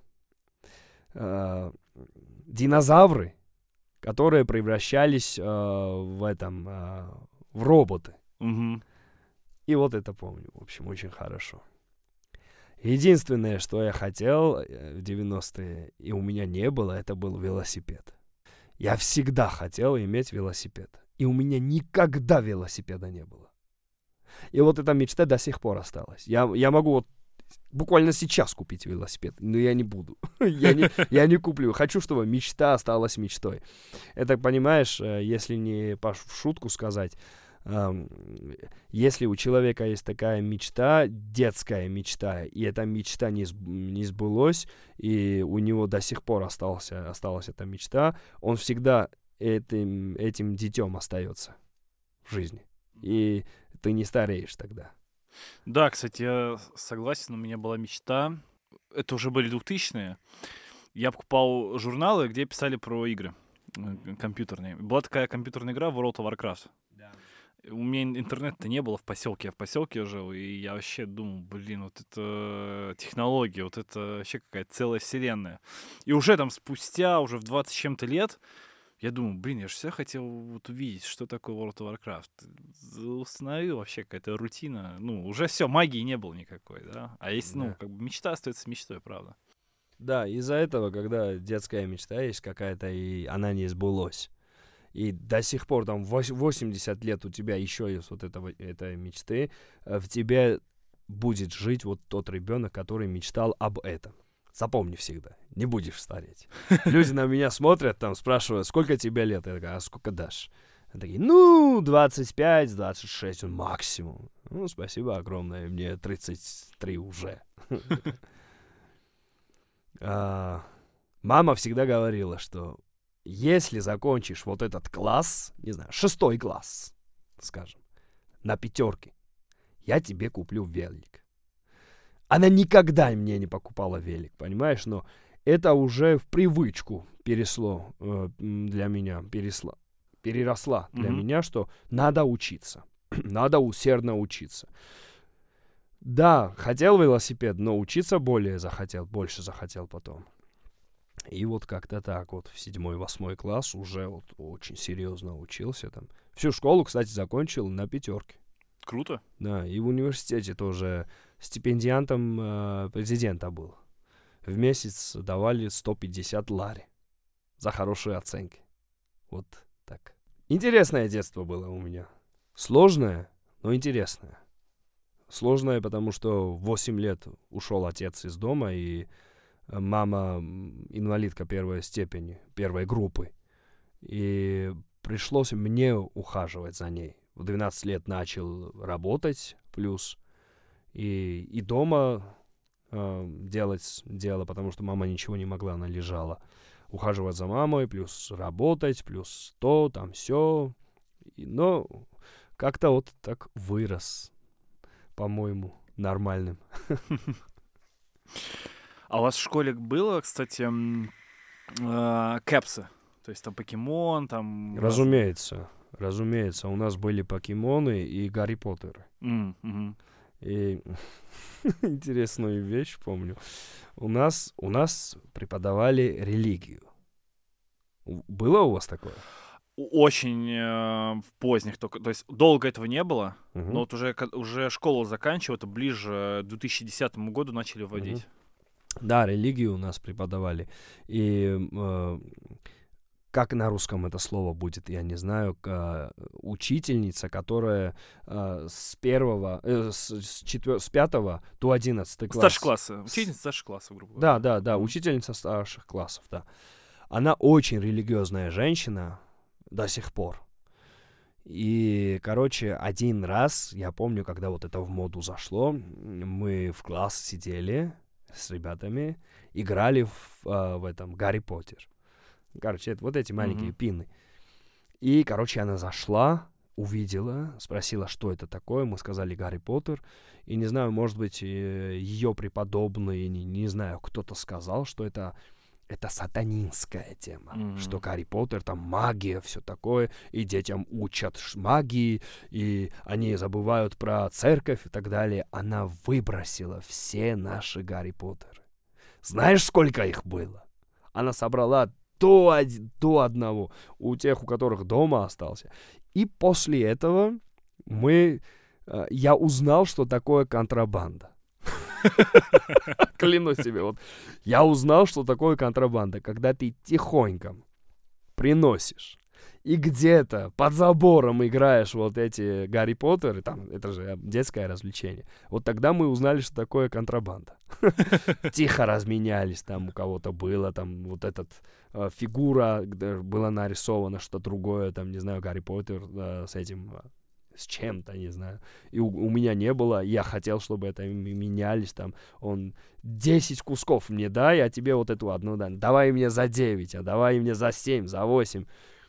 А, динозавры, которые превращались а, в этом, а, в роботы. Угу. И вот это помню, в общем, очень хорошо. Единственное, что я хотел в девяностые, и у меня не было, это был велосипед. Я всегда хотел иметь велосипед. И у меня никогда велосипеда не было. И вот эта мечта до сих пор осталась. Я, я могу вот буквально сейчас купить велосипед, но я не буду. я, не, я не куплю. Хочу, чтобы мечта осталась мечтой. Это, понимаешь, если не в шутку сказать, если у человека есть такая мечта, детская мечта, и эта мечта не, сб- не сбылась, и у него до сих пор остался, осталась эта мечта, он всегда этим, этим детем остается в жизни. И ты не стареешь тогда. Да, кстати, я согласен, у меня была мечта. Это уже были двухтысячные. Я покупал журналы, где писали про игры э, компьютерные. Была такая компьютерная игра World of Warcraft. У меня интернета не было в поселке, я в поселке жил, и я вообще думал, блин, вот это технология, вот это вообще какая-то целая вселенная. И уже там спустя, уже в двадцать с чем-то лет, я думаю, блин, я же всегда хотел вот увидеть, что такое World of Warcraft. Установил вообще какая-то рутина. Ну, уже все, магии не было никакой, да? А если, Да. ну, как бы мечта остается мечтой, правда. Да, из-за этого, когда детская мечта есть какая-то, и она не сбылась. И до сих пор, там, восемьдесят лет у тебя еще есть вот этого, этой мечты, в тебе будет жить вот тот ребенок, который мечтал об этом. Запомни всегда, не будешь стареть. Люди на меня смотрят, там, спрашивают, сколько тебе лет? Я такая, а сколько дашь? Они такие, ну, двадцать пять, двадцать шесть, он максимум. Ну, спасибо огромное, мне тридцать три уже. Мама всегда говорила, что если закончишь вот этот класс, не знаю, шестой класс, скажем, на пятерке, я тебе куплю велик. Она никогда мне не покупала велик, понимаешь? Но это уже в привычку пересло э, для меня, пересла, переросла для Mm-hmm. меня, что надо учиться, надо усердно учиться. Да, хотел велосипед, но учиться более захотел, больше захотел потом. И вот как-то так вот в седьмой, восьмой класс уже вот очень серьезно учился там. Всю школу, кстати, закончил на пятерке. Круто. Да, и в университете тоже стипендиантом э, президента был. В месяц давали сто пятьдесят лари за хорошие оценки. Вот так. Интересное детство было у меня. Сложное, но интересное. Сложное, потому что в восемь лет ушел отец из дома, и мама инвалидка первой степени, первой группы. И пришлось мне ухаживать за ней. В двенадцать лет начал работать плюс. И, и дома э, делать дело, потому что мама ничего не могла, она лежала. Ухаживать за мамой, плюс работать, плюс то, там все. Но как-то вот так вырос, по-моему, нормальным. А у вас в школе было, кстати, э, кэпсы? То есть там покемон, там... Разумеется, разумеется. У нас были покемоны и Гарри Поттеры. Mm-hmm. И интересную вещь помню. У нас, у нас преподавали религию. Было у вас такое? Очень э, в поздних только, то есть долго этого не было, Мгм. но вот уже, ка- уже школу заканчивал, это ближе к две тысячи десятому году начали вводить. Да, религию у нас преподавали. И э, как на русском это слово будет, я не знаю. к- учительница, которая э, с первого, э, с, с четвер- с пятого до одиннадцатый класс. Старший классы, учительница старших классов, грубо Да, говоря. да, да, Мгм. учительница старших классов, да. Она очень религиозная женщина до сих пор. И, короче, один раз, я помню, когда вот это в моду зашло, м, мы в класс сидели с ребятами, играли в, а, в этом Гарри Поттер. Короче, это вот эти маленькие Мгм. пины. И, короче, она зашла, увидела, спросила, что это такое. Мы сказали Гарри Поттер. И, не знаю, может быть, э, ее преподобный, не, не знаю, кто-то сказал, что это, это сатанинская тема. Мгм. Что Гарри Поттер, там магия, все такое. И детям учат ш- магии, и они забывают про церковь и так далее. Она выбросила все наши Гарри Поттеры. Знаешь, сколько их было? Она собрала до, од- до одного у тех, у которых дома остался. И после этого мы, э, я узнал, что такое контрабанда. Клянусь тебе, вот я узнал, что такое контрабанда, когда ты тихонько приносишь и где-то под забором играешь вот эти Гарри Поттеры, там, это же детское развлечение. Вот тогда мы узнали, что такое контрабанда. Тихо разменялись, там у кого-то было, там вот этот э, фигура, где было нарисовано что-то другое, там, не знаю, Гарри Поттер э, с этим, э, с чем-то, не знаю. И у, у меня не было, я хотел, чтобы это м- менялись, там, он десять кусков мне дай, а тебе вот эту одну дай. Давай мне за девять, а давай мне за семь, за восемь.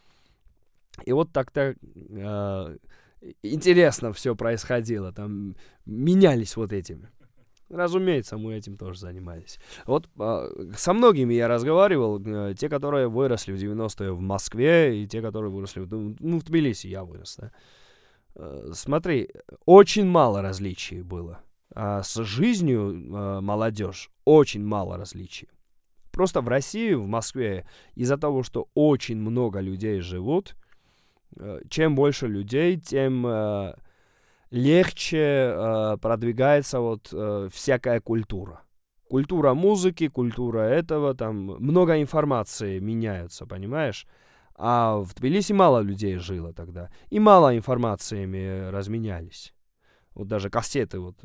И вот так-то э, интересно все происходило, там менялись вот этими. Разумеется, мы этим тоже занимались. Вот а, со многими я разговаривал, э, те, которые выросли в девяностые в Москве, и те, которые выросли в, ну, в Тбилиси, я вырос, да. Э, смотри, очень мало различий было. А с жизнью э, молодежь очень мало различий. Просто в России, в Москве, из-за того, что очень много людей живут, э, чем больше людей, тем э, легче э, продвигается вот э, всякая культура. Культура музыки, культура этого, там много информации меняются, понимаешь? А в Тбилиси мало людей жило тогда, и мало информациями разменялись. Вот даже кассеты, вот,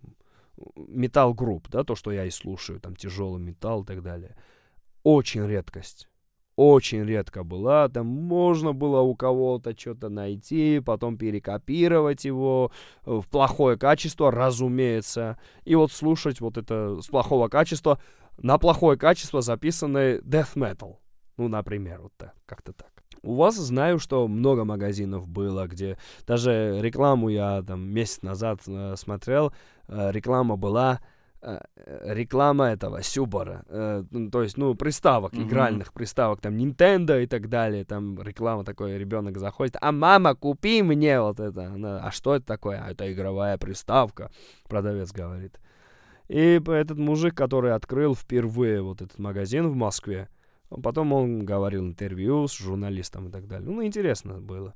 металл групп, да, то, что я и слушаю, там тяжелый металл и так далее. Очень редкость. Очень редко была, там можно было у кого-то что-то найти, потом перекопировать его в плохое качество, разумеется, и вот слушать вот это с плохого качества на плохое качество записанный death metal, ну, например, вот так, как-то так. У вас знаю, что много магазинов было, где даже рекламу я там месяц назад э, смотрел, э, реклама была реклама этого Сюбара, э, ну, то есть, ну, приставок, Мгм. игральных приставок, там, Nintendo и так далее, там, реклама такой, ребенок заходит, а мама, купи мне вот это, она, а что это такое? А это игровая приставка, продавец говорит. И этот мужик, который открыл впервые вот этот магазин в Москве, потом он говорил интервью с журналистом и так далее, ну, интересно было.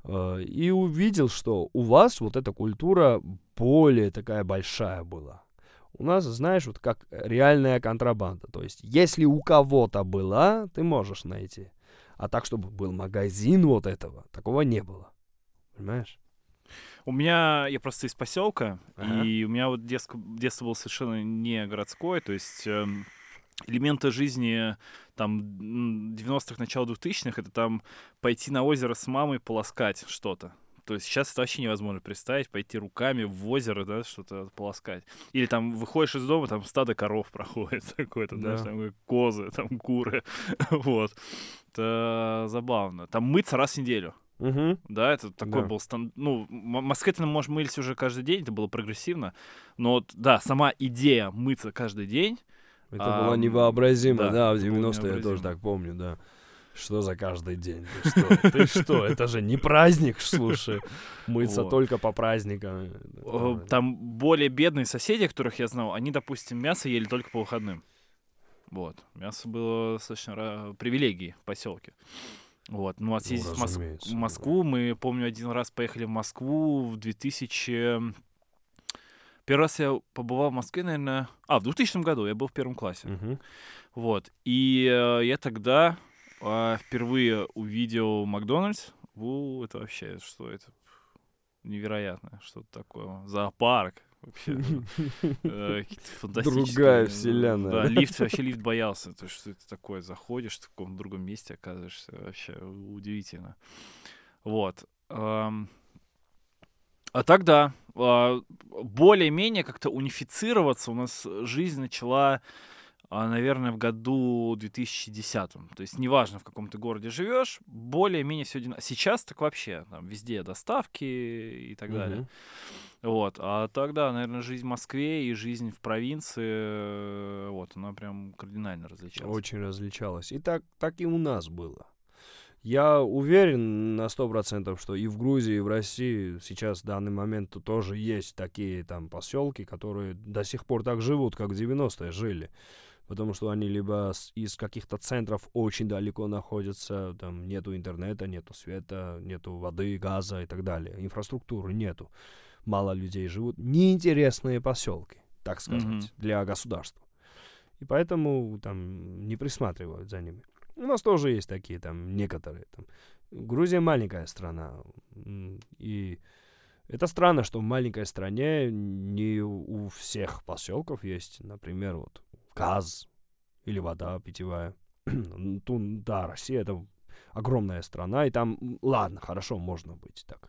И увидел, что у вас вот эта культура более такая большая была. У нас, знаешь, вот как реальная контрабанда. То есть, если у кого-то была, ты можешь найти. А так, чтобы был магазин вот этого, такого не было. Понимаешь? У меня, я просто из поселка, Ага. и у меня вот детство, детство было совершенно не городское, то есть эм, элементы жизни там м, девяностых, начала двухтысячных, это там пойти на озеро с мамой полоскать что-то. То есть сейчас это вообще невозможно представить, пойти руками в озеро, да, что-то полоскать. Или там выходишь из дома, там стадо коров проходит какое-то, Да. знаешь, там козы, там куры, вот. Это забавно. Там мыться раз в неделю. Угу. Да, это такой Да. был стан... Ну, в М- Москве-то, может, мылись уже каждый день, это было прогрессивно. Но вот, да, сама идея мыться каждый день... Это ам, было невообразимо, да, да, в это было девяностые я тоже невообразимо. так помню, да. Что за каждый день? Ты что? Ты что? Это же не праздник, слушай. Мыться Вот. только по праздникам. Э, Там более бедные соседи, которых я знал, они, допустим, мясо ели только по выходным. Вот. Мясо было достаточно ра- привилегией в поселке. Вот. Ну, а съездить Ну, в, Мос- разумеется, в да. Москву, мы, помню, один раз поехали в Москву в две тысячи... Первый раз я побывал в Москве, наверное... А, в двухтысячном году я был в первом классе. Мгм. Вот. И э, я тогда э, впервые увидел Макдональдс. У, это вообще, что это? Невероятно. Что-то такое. Зоопарк. Вообще. э, Какие-то фантастические. Другая э, вселенная, Да, да? лифт, вообще лифт боялся. То есть, что это такое? Заходишь, в каком-то другом месте оказываешься. Вообще удивительно. Вот. Ам, А тогда более-менее как-то унифицироваться у нас жизнь начала, а, наверное, в году две тысячи десятом. То есть неважно, в каком ты городе живешь, более-менее все одинаково. Сейчас так вообще, там везде доставки и так далее. Мгм. Вот. А тогда, наверное, жизнь в Москве и жизнь в провинции, э, вот, она прям кардинально различалась. Очень различалось. И так, так и у нас было. Я уверен на сто процентов, что и в Грузии, и в России сейчас в данный момент тут тоже есть такие там поселки, которые до сих пор так живут, как в девяностые жили. Потому что они либо с- из каких-то центров очень далеко находятся, там нету интернета, нету света, нету воды, газа и так далее. Инфраструктуры нету. Мало людей живут. Неинтересные поселки, так сказать, Мгм. для государства. И поэтому там не присматривают за ними. У нас тоже есть такие там некоторые. Там. Грузия маленькая страна. м, И это странно, что в маленькой стране не у всех поселков есть, например, вот газ или вода питьевая. Ну, ту- да, Россия это огромная страна, и там, м, ладно, хорошо, можно быть так.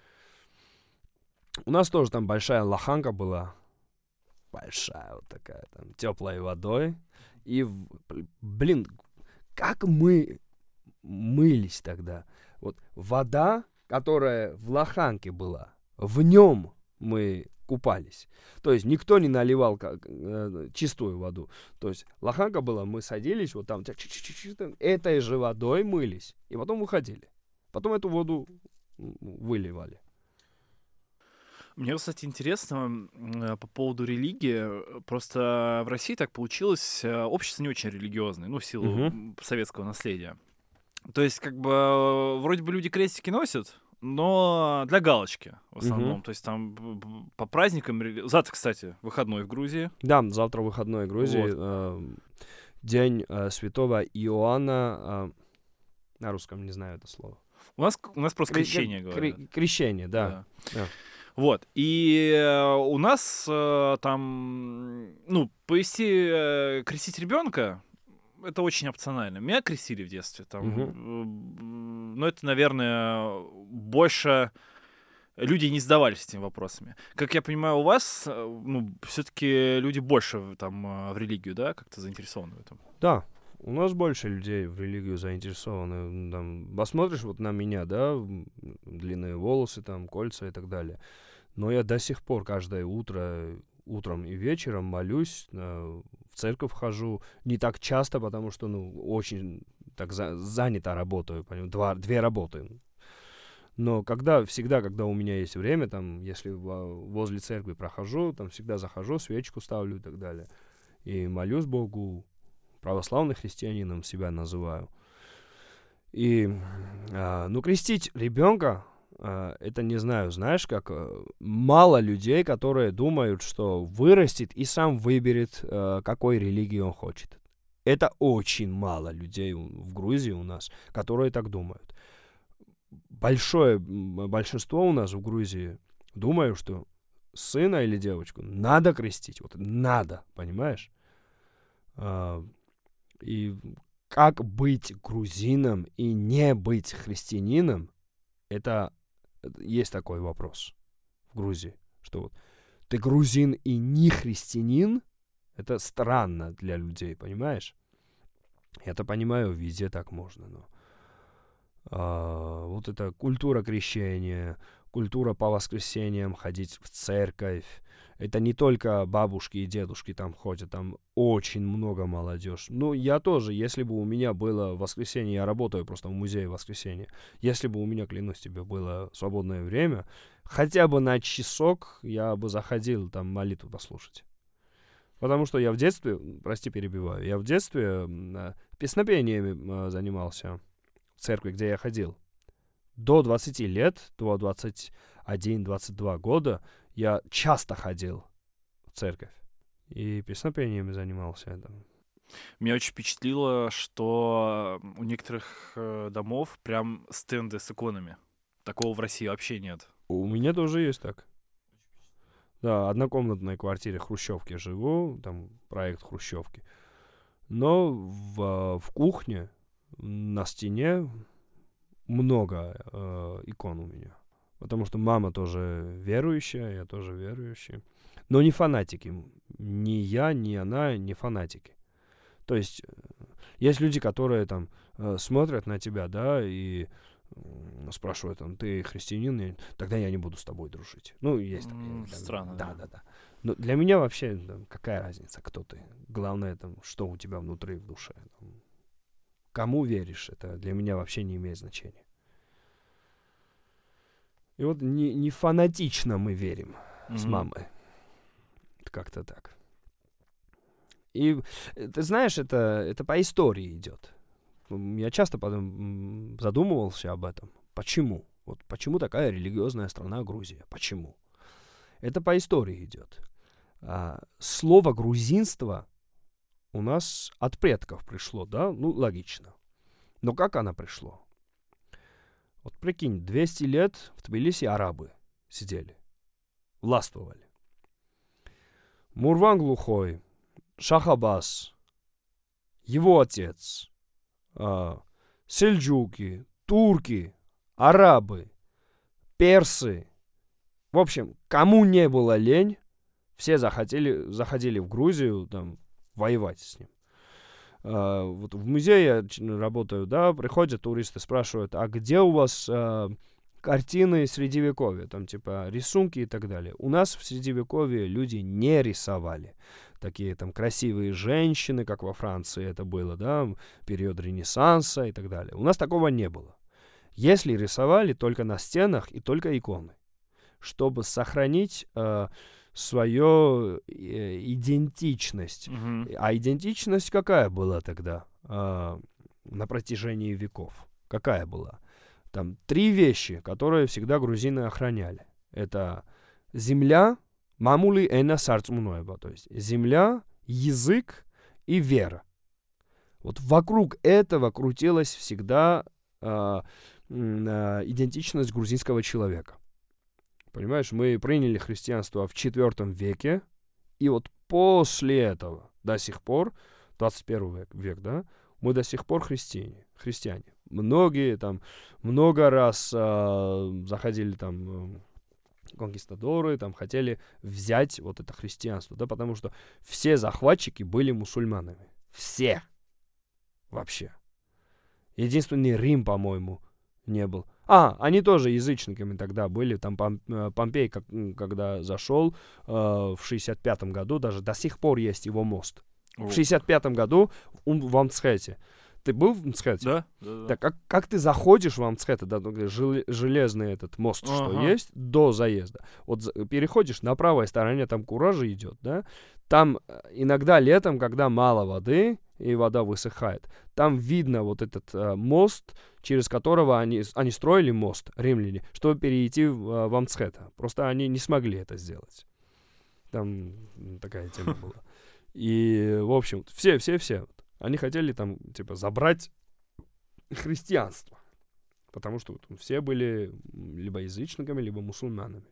У нас тоже там большая лоханка была, большая вот такая, там, теплой водой. И, в- бл- блин, как мы мылись тогда. Вот вода, которая в лоханке была, в нем мы купались. То есть никто не наливал как, э, чистую воду. То есть лоханка была, мы садились, вот там, чик-чик-чик-чик, там, этой же водой мылись. И потом выходили. Потом эту воду м, выливали. Мне, кстати, интересно м, э, по поводу религии. Э, Просто в России так получилось, э, общество не очень религиозное, ну, в силу Мгм. м, советского наследия. То есть, как бы, э, вроде бы люди крестики носят, но для галочки в Мгм. основном. То есть там б- б- по праздникам... рели- Завтра, кстати, выходной в Грузии. Да, завтра выходной Грузии. Вот. э, день э, святого Иоанна. э, на русском не знаю это слово. У нас, к- у нас просто Кре- крещение кре- говорят. кре- крещение, да. Да. Да. Вот. И э, у нас э, там, ну, повести, э, крестить ребенка, это очень опционально. Меня крестили в детстве. Там, Мгм. э, ну, это, наверное, больше люди не задавались этими вопросами. Как я понимаю, у вас, э, ну, все-таки люди больше в- там э, в религию, да, как-то заинтересованы в этом. Да, у нас больше людей в религию заинтересованы. М, Там, посмотришь вот на меня, да, м, длинные волосы, там, кольца и так далее. Но я до сих пор каждое утро, утром и вечером молюсь, э, в церковь хожу. Не так часто, потому что, ну, очень так за- занято работаю, поним- два, две работы. Но когда, всегда, когда у меня есть время, там, если во- возле церкви прохожу, там всегда захожу, свечку ставлю и так далее. И молюсь Богу, православным христианином себя называю. И, а, ну, крестить ребенка, а, это не знаю, знаешь, как э, мало людей, которые думают, что вырастет и сам выберет, э, какой религии он хочет. Это очень мало людей у- в Грузии у нас, которые так думают. Большое м, большинство у нас в Грузии думаю, что сына или девочку надо крестить. Вот надо, понимаешь? А, И как быть грузином и не быть христианином, это это есть такой вопрос в Грузии, что вот ты грузин и не христианин, это странно для людей, понимаешь? Я-то понимаю, везде так можно, но а, вот эта культура крещения, культура по воскресеньям ходить в церковь. Это не только бабушки и дедушки там ходят, там очень много молодежь. Ну, я тоже, если бы у меня было воскресенье, я работаю просто в музее в воскресенье, если бы у меня, клянусь тебе, было свободное время, хотя бы на часок я бы заходил там молитву послушать. Потому что я в детстве, прости, перебиваю, я в детстве э, песнопениями э, занимался в церкви, где я ходил. До двадцати лет, до двадцати одного - двадцати двух года я часто ходил в церковь. И песнопениями занимался. Это. Меня очень впечатлило, что у некоторых э, домов прям стенды с иконами. Такого в России вообще нет. У меня тоже есть так. Да, однокомнатной квартире хрущевки живу, там проект хрущевки. Но в, в кухне на стене много э, икон у меня. Потому что мама тоже верующая, я тоже верующий. Но не фанатики. Ни я, ни она не фанатики. То есть есть люди, которые там э, смотрят на тебя, да, и спрашивают, там, ты христианин, тогда я не буду с тобой дружить. Ну, есть такие. Mm, да, странно. Да, да, да. Но для меня вообще там, какая разница, кто ты? Главное, там, что у тебя внутри в душе. Там, кому веришь, это для меня вообще не имеет значения. И вот не, не фанатично мы верим mm-hmm. с мамой. Как-то так. И ты знаешь, это, это по истории идет. Я часто потом задумывался об этом. Почему? Вот почему такая религиозная страна Грузия? Почему? Это по истории идет. А, слово грузинство у нас от предков пришло, да? Ну, логично. Но как оно пришло? Вот прикинь, двести лет в Тбилиси арабы сидели, властвовали. Мурван Глухой, Шах Аббас, его отец, Uh, сельджуки, турки, арабы, персы. В общем, кому не было лень, все захотели, заходили в Грузию там, воевать с ним. Uh, вот в музее я работаю, да, приходят туристы, спрашивают, а где у вас uh, картины Средневековья, там типа рисунки и так далее. У нас в Средневековье люди не рисовали. Такие там красивые женщины, как во Франции это было, да, период Ренессанса и так далее. У нас такого не было. Если рисовали, только на стенах и только иконы, чтобы сохранить э, свою э, идентичность. Mm-hmm. А идентичность какая была тогда э, на протяжении веков? Какая была? Там три вещи, которые всегда грузины охраняли. Это земля, мамули эна сарцмуноеба, то есть земля, язык и вера. Вот вокруг этого крутилась всегда э, э, идентичность грузинского человека. Понимаешь, мы приняли христианство в четвертом веке, и вот после этого до сих пор, двадцать первый век, век, да, мы до сих пор христиане. христиане. Многие там много раз э, заходили там э, конкистадоры, там хотели взять вот это христианство, да, потому что все захватчики были мусульманами. Все. Вообще. Единственный Рим, по-моему, не был. А, они тоже язычниками тогда были. Там Пом- Помпей, как, когда зашел э, в шестьдесят пятом году, даже до сих пор есть его мост. О. В шестьдесят пятом году в Амцхете. Ты был в Амцхете? Да. да, да. Так как, как ты заходишь в Амцхет, да, жел, железный этот мост, ага. что есть, до заезда. Вот за, переходишь, на правой стороне там Куражи идет, да. Там иногда летом, когда мало воды, и вода высыхает, там видно вот этот э, мост, через которого они, они строили мост, римляне, чтобы перейти в, в Амцхет. Просто они не смогли это сделать. Там такая тема была. И, в общем, все-все-все. Они хотели там, типа, забрать христианство. Потому что все были либо язычниками, либо мусульманами.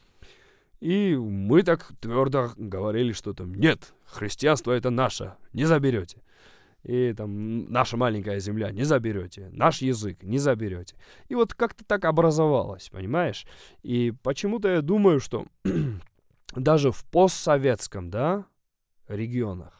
И мы так твердо говорили, что там нет, христианство это наше, не заберете. И там наша маленькая земля не заберете, наш язык не заберете. И вот как-то так образовалось, понимаешь? И почему-то я думаю, что даже в постсоветском, да, регионах,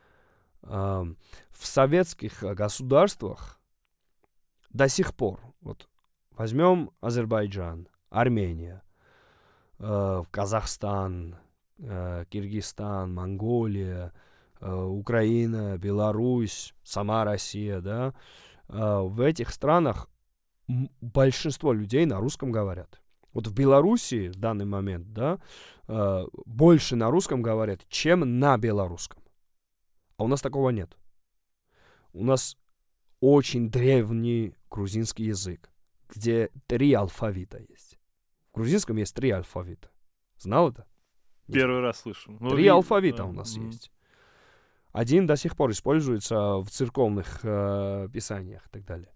в советских государствах до сих пор, вот возьмем Азербайджан, Армения, э, Казахстан, э, Киргизстан, Монголия, э, Украина, Беларусь, сама Россия, да, э, в этих странах большинство людей на русском говорят. Вот в Беларуси в данный момент, да, э, больше на русском говорят, чем на белорусском. А у нас такого нет. У нас очень древний грузинский язык, где три алфавита есть. В грузинском есть три алфавита. Знал это? Первый раз слышу. Ну, Три ви- алфавита э, у нас м. есть. Один до сих пор используется в церковных э, писаниях и так далее.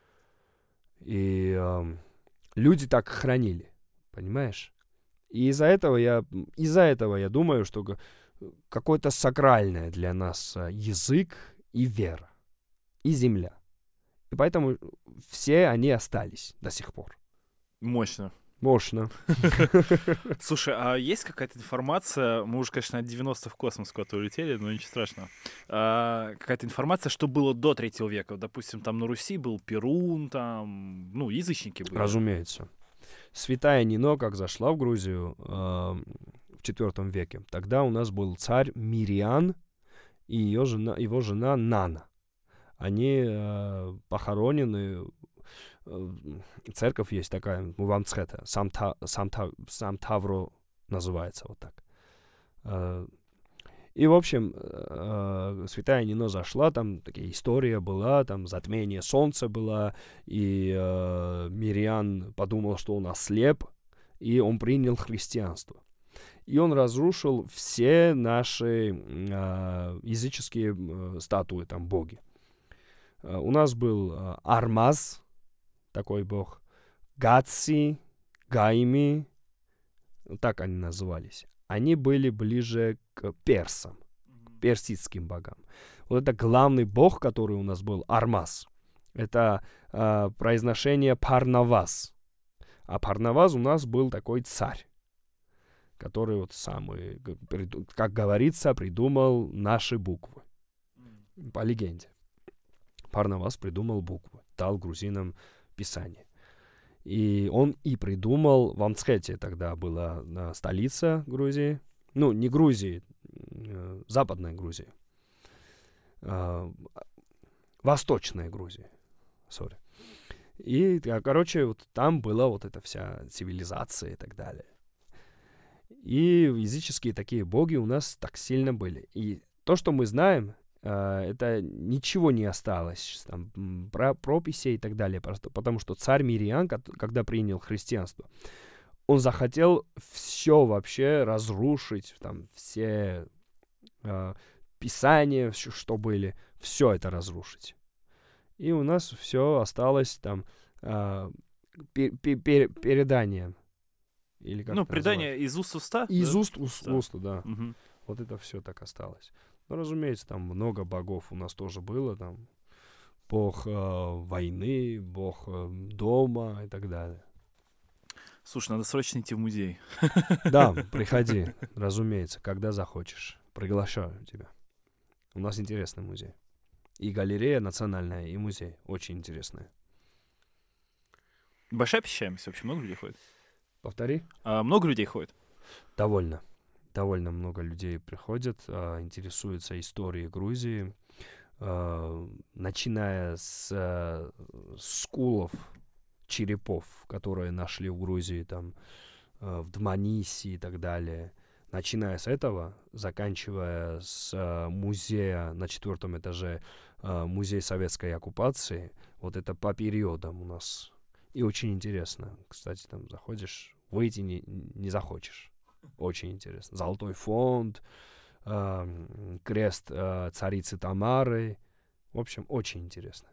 И э, люди так хранили, понимаешь? И из-за этого я, из-за этого я думаю, что г- какой-то сакральный для нас э, язык и вера, и земля. И поэтому все они остались до сих пор. Мощно. Мощно. Слушай, а есть какая-то информация, мы уже, конечно, от девяностых в космос куда-то улетели, но ничего страшного, а, какая-то информация, что было до третьего века? Допустим, там на Руси был Перун, там, ну, язычники были. Разумеется. Святая Нино, как зашла в Грузию э, в четвёртом веке, тогда у нас был царь Мириан и ее жена, его жена Нана. Они э, похоронены. э, Церковь есть такая, Мувамцхета, Самта, Самта, Самтавро называется вот так. Э, И, в общем, э, Святая Нино зашла, там такая история была, там затмение солнца было, и э, Мириан подумал, что он ослеп, и он принял христианство. И он разрушил все наши э, языческие э, статуи, там, боги. Э, у нас был э, Армаз, такой бог, Гатси, Гайми, так они назывались. Они были ближе к персам, персидским богам. Вот это главный бог, который у нас был, Армаз. Это э, произношение Парнаваз. А Парнаваз у нас был такой царь, который вот самый, как говорится, придумал наши буквы. По легенде. Парнаваз придумал буквы, дал грузинам писание. И он и придумал, в Амцхете тогда была э, столица Грузии, ну, не Грузии, э, Западной Грузии, э, Восточной Грузии, сори. И, короче, вот там была вот эта вся цивилизация и так далее. И языческие такие боги у нас так сильно были. И то, что мы знаем, это ничего не осталось, там, про прописей и так далее, просто потому что царь Мириан, когда принял христианство, он захотел все вообще разрушить, там, все э, писания, все, что были, все это разрушить. И у нас все осталось там э, пер, пер, передание. Или как ну, это предание называется? из уст в уста? Из да? уст в уст, Да. уст, да. Мгм. Вот это все так осталось. Ну, разумеется, там много богов у нас тоже было. Там бог э, войны, бог э, дома и так далее. Слушай, надо срочно идти в музей. Да, приходи, разумеется, когда захочешь. Приглашаю тебя. У нас интересный музей. И галерея национальная, и музей. Очень интересная. Большая посещаемость вообще? Много людей ходит? Повтори. А, много людей ходит? Довольно. Довольно много людей приходят, э, интересуются историей Грузии, э, начиная с э, скулов, черепов, которые нашли в Грузии, там, э, в Дманисе и так далее. Начиная с этого, заканчивая с э, музея на четвертом этаже, э, музей советской оккупации, вот это по периодам у нас. И очень интересно. Кстати, там заходишь, выйти не, не захочешь. Очень интересно. Золотой фонд, э, крест э, царицы Тамары. В общем, очень интересно.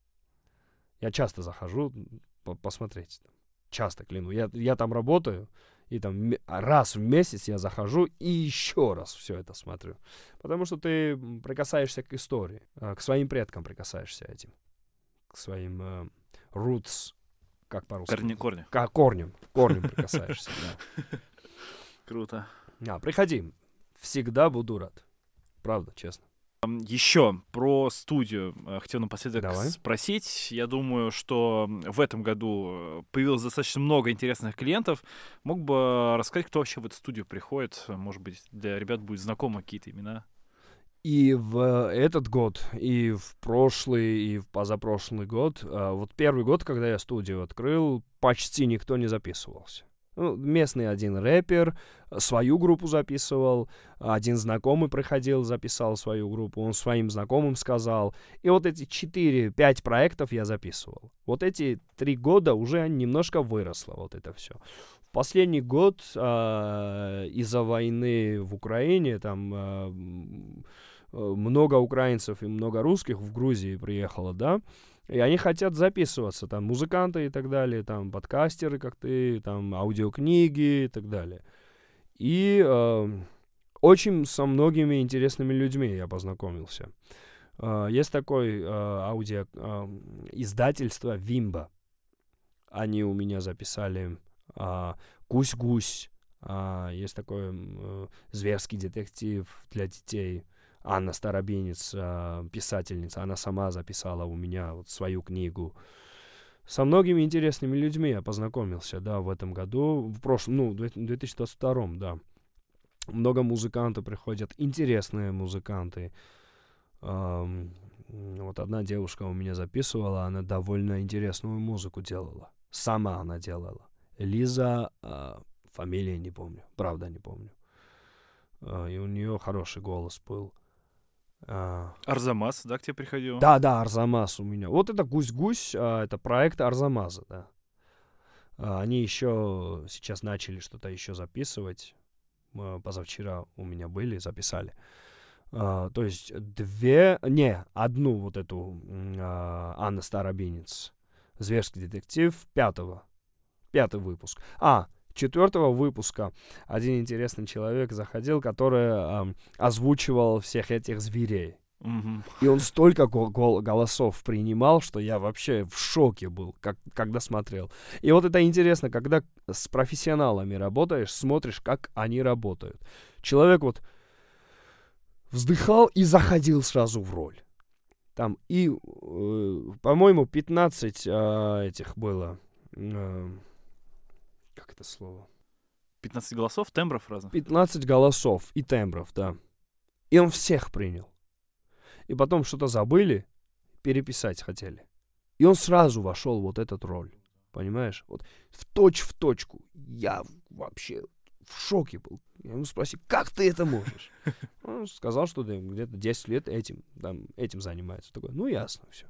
Я часто захожу по- посмотреть. Часто, клянусь. Я, я там работаю, и там раз в месяц я захожу и еще раз все это смотрю. Потому что ты прикасаешься к истории, э, к своим предкам прикасаешься этим. К своим э, roots, как по-русски? Корни, корни. К корням. Корням прикасаешься, да. Круто. А, приходи. Всегда буду рад. Правда, честно. Еще про студию э, хотел напоследок Давай. спросить. Я думаю, что в этом году появилось достаточно много интересных клиентов. Мог бы рассказать, кто вообще в эту студию приходит? Может быть, для ребят будет знакомы какие-то имена? И в этот год, и в прошлый, и в позапрошлый год, а, вот первый год, когда я студию открыл, почти никто не записывался. Ну, местный один рэпер свою группу записывал, один знакомый приходил, записал свою группу, он своим знакомым сказал. И вот эти четыре-пять проектов я записывал. Вот эти три года уже немножко выросло вот это все. В последний год а, из-за войны в Украине там а, много украинцев и много русских в Грузии приехало, да, и они хотят записываться, там, музыканты и так далее, там, подкастеры, как ты, там, аудиокниги и так далее. И э, очень со многими интересными людьми я познакомился. Э, есть такое э, аудио э, издательство Вимба. Они у меня записали э, «Гусь-гусь». Э, есть такой э, зверский детектив для детей. Анна Старобинец, писательница, она сама записала у меня вот свою книгу. Со многими интересными людьми я познакомился, да, в этом году, в прошлом, ну, в две тысячи двадцать втором, да. Много музыкантов приходят, интересные музыканты. Эм, вот одна девушка у меня записывала, она довольно интересную музыку делала. Сама она делала. Лиза, э, фамилия не помню, правда не помню. Э, и у нее хороший голос был. А... Арзамас, да, к тебе приходил? Да, да, Арзамас у меня. Вот это «Гусь-гусь», а, это проект Арзамаза, да. А, они еще сейчас начали что-то еще записывать. А, позавчера у меня были, записали. А, то есть две, не, одну вот эту а, Анна Старобинец, «Зверский детектив», пятого, пятый выпуск. А, четвертого выпуска один интересный человек заходил, который э, озвучивал всех этих зверей. Mm-hmm. И он столько гол- гол- голосов принимал, что я вообще в шоке был, как, когда смотрел. И вот это интересно, когда с профессионалами работаешь, смотришь, как они работают. Человек вот вздыхал и заходил сразу в роль. Там и, э, по-моему, пятнадцать э, этих было... Э, Как это слово? пятнадцать голосов, тембров разных? пятнадцать голосов и тембров, да. И он всех принял. И потом что-то забыли, переписать хотели. И он сразу вошел в вот эту роль. Понимаешь? Вот в точь в точку. Я вообще в шоке был. Я ему спросил, как ты это можешь? Он сказал, что да, где-то десять лет этим, там, этим занимается. Такой, ну ясно, все.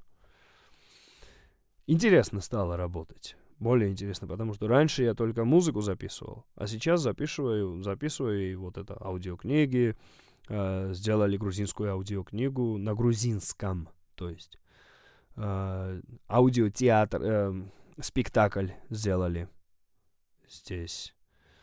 Интересно стало работать. Более интересно, потому что раньше я только музыку записывал, а сейчас записываю, записываю и вот это аудиокниги, э, сделали грузинскую аудиокнигу на грузинском, то есть э, аудиотеатр, э, спектакль сделали здесь.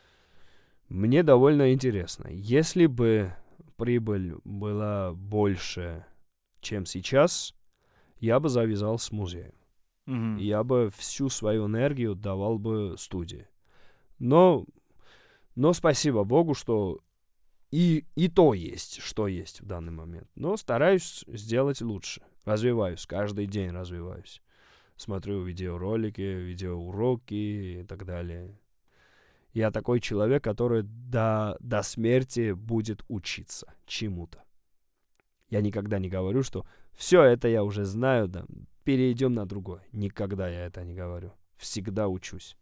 Мне довольно интересно. Если бы прибыль была больше, чем сейчас, я бы завязал с музеем. Mm-hmm. Я бы всю свою энергию давал бы студии. Но, но спасибо Богу, что и, и то есть, что есть в данный момент. Но стараюсь сделать лучше. Развиваюсь, каждый день развиваюсь. Смотрю видеоролики, видеоуроки и так далее. Я такой человек, который до, до смерти будет учиться чему-то. Я никогда не говорю, что все это я уже знаю, да, перейдем на другое. Никогда я это не говорю. Всегда учусь.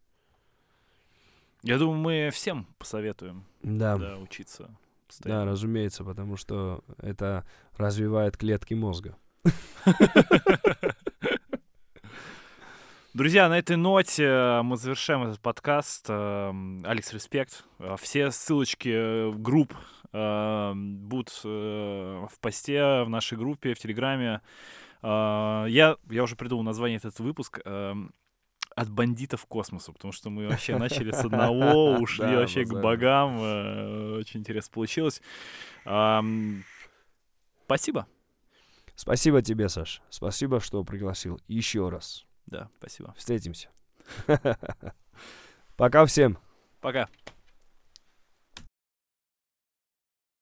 Я думаю, мы всем посоветуем да. Да, учиться постоянно. Да, разумеется, потому что это развивает клетки мозга. Друзья, на этой ноте мы завершаем этот подкаст. Алекс, респект. Все ссылочки групп будут в посте в нашей группе, в Телеграме. Я, я уже придумал название этот выпуск «От бандитов к космосу», потому что мы вообще начали с одного, ушли вообще к богам. Очень интересно получилось. Спасибо. Спасибо тебе, Саш. Спасибо, что пригласил еще раз. Да, спасибо. Встретимся. Пока всем. Пока.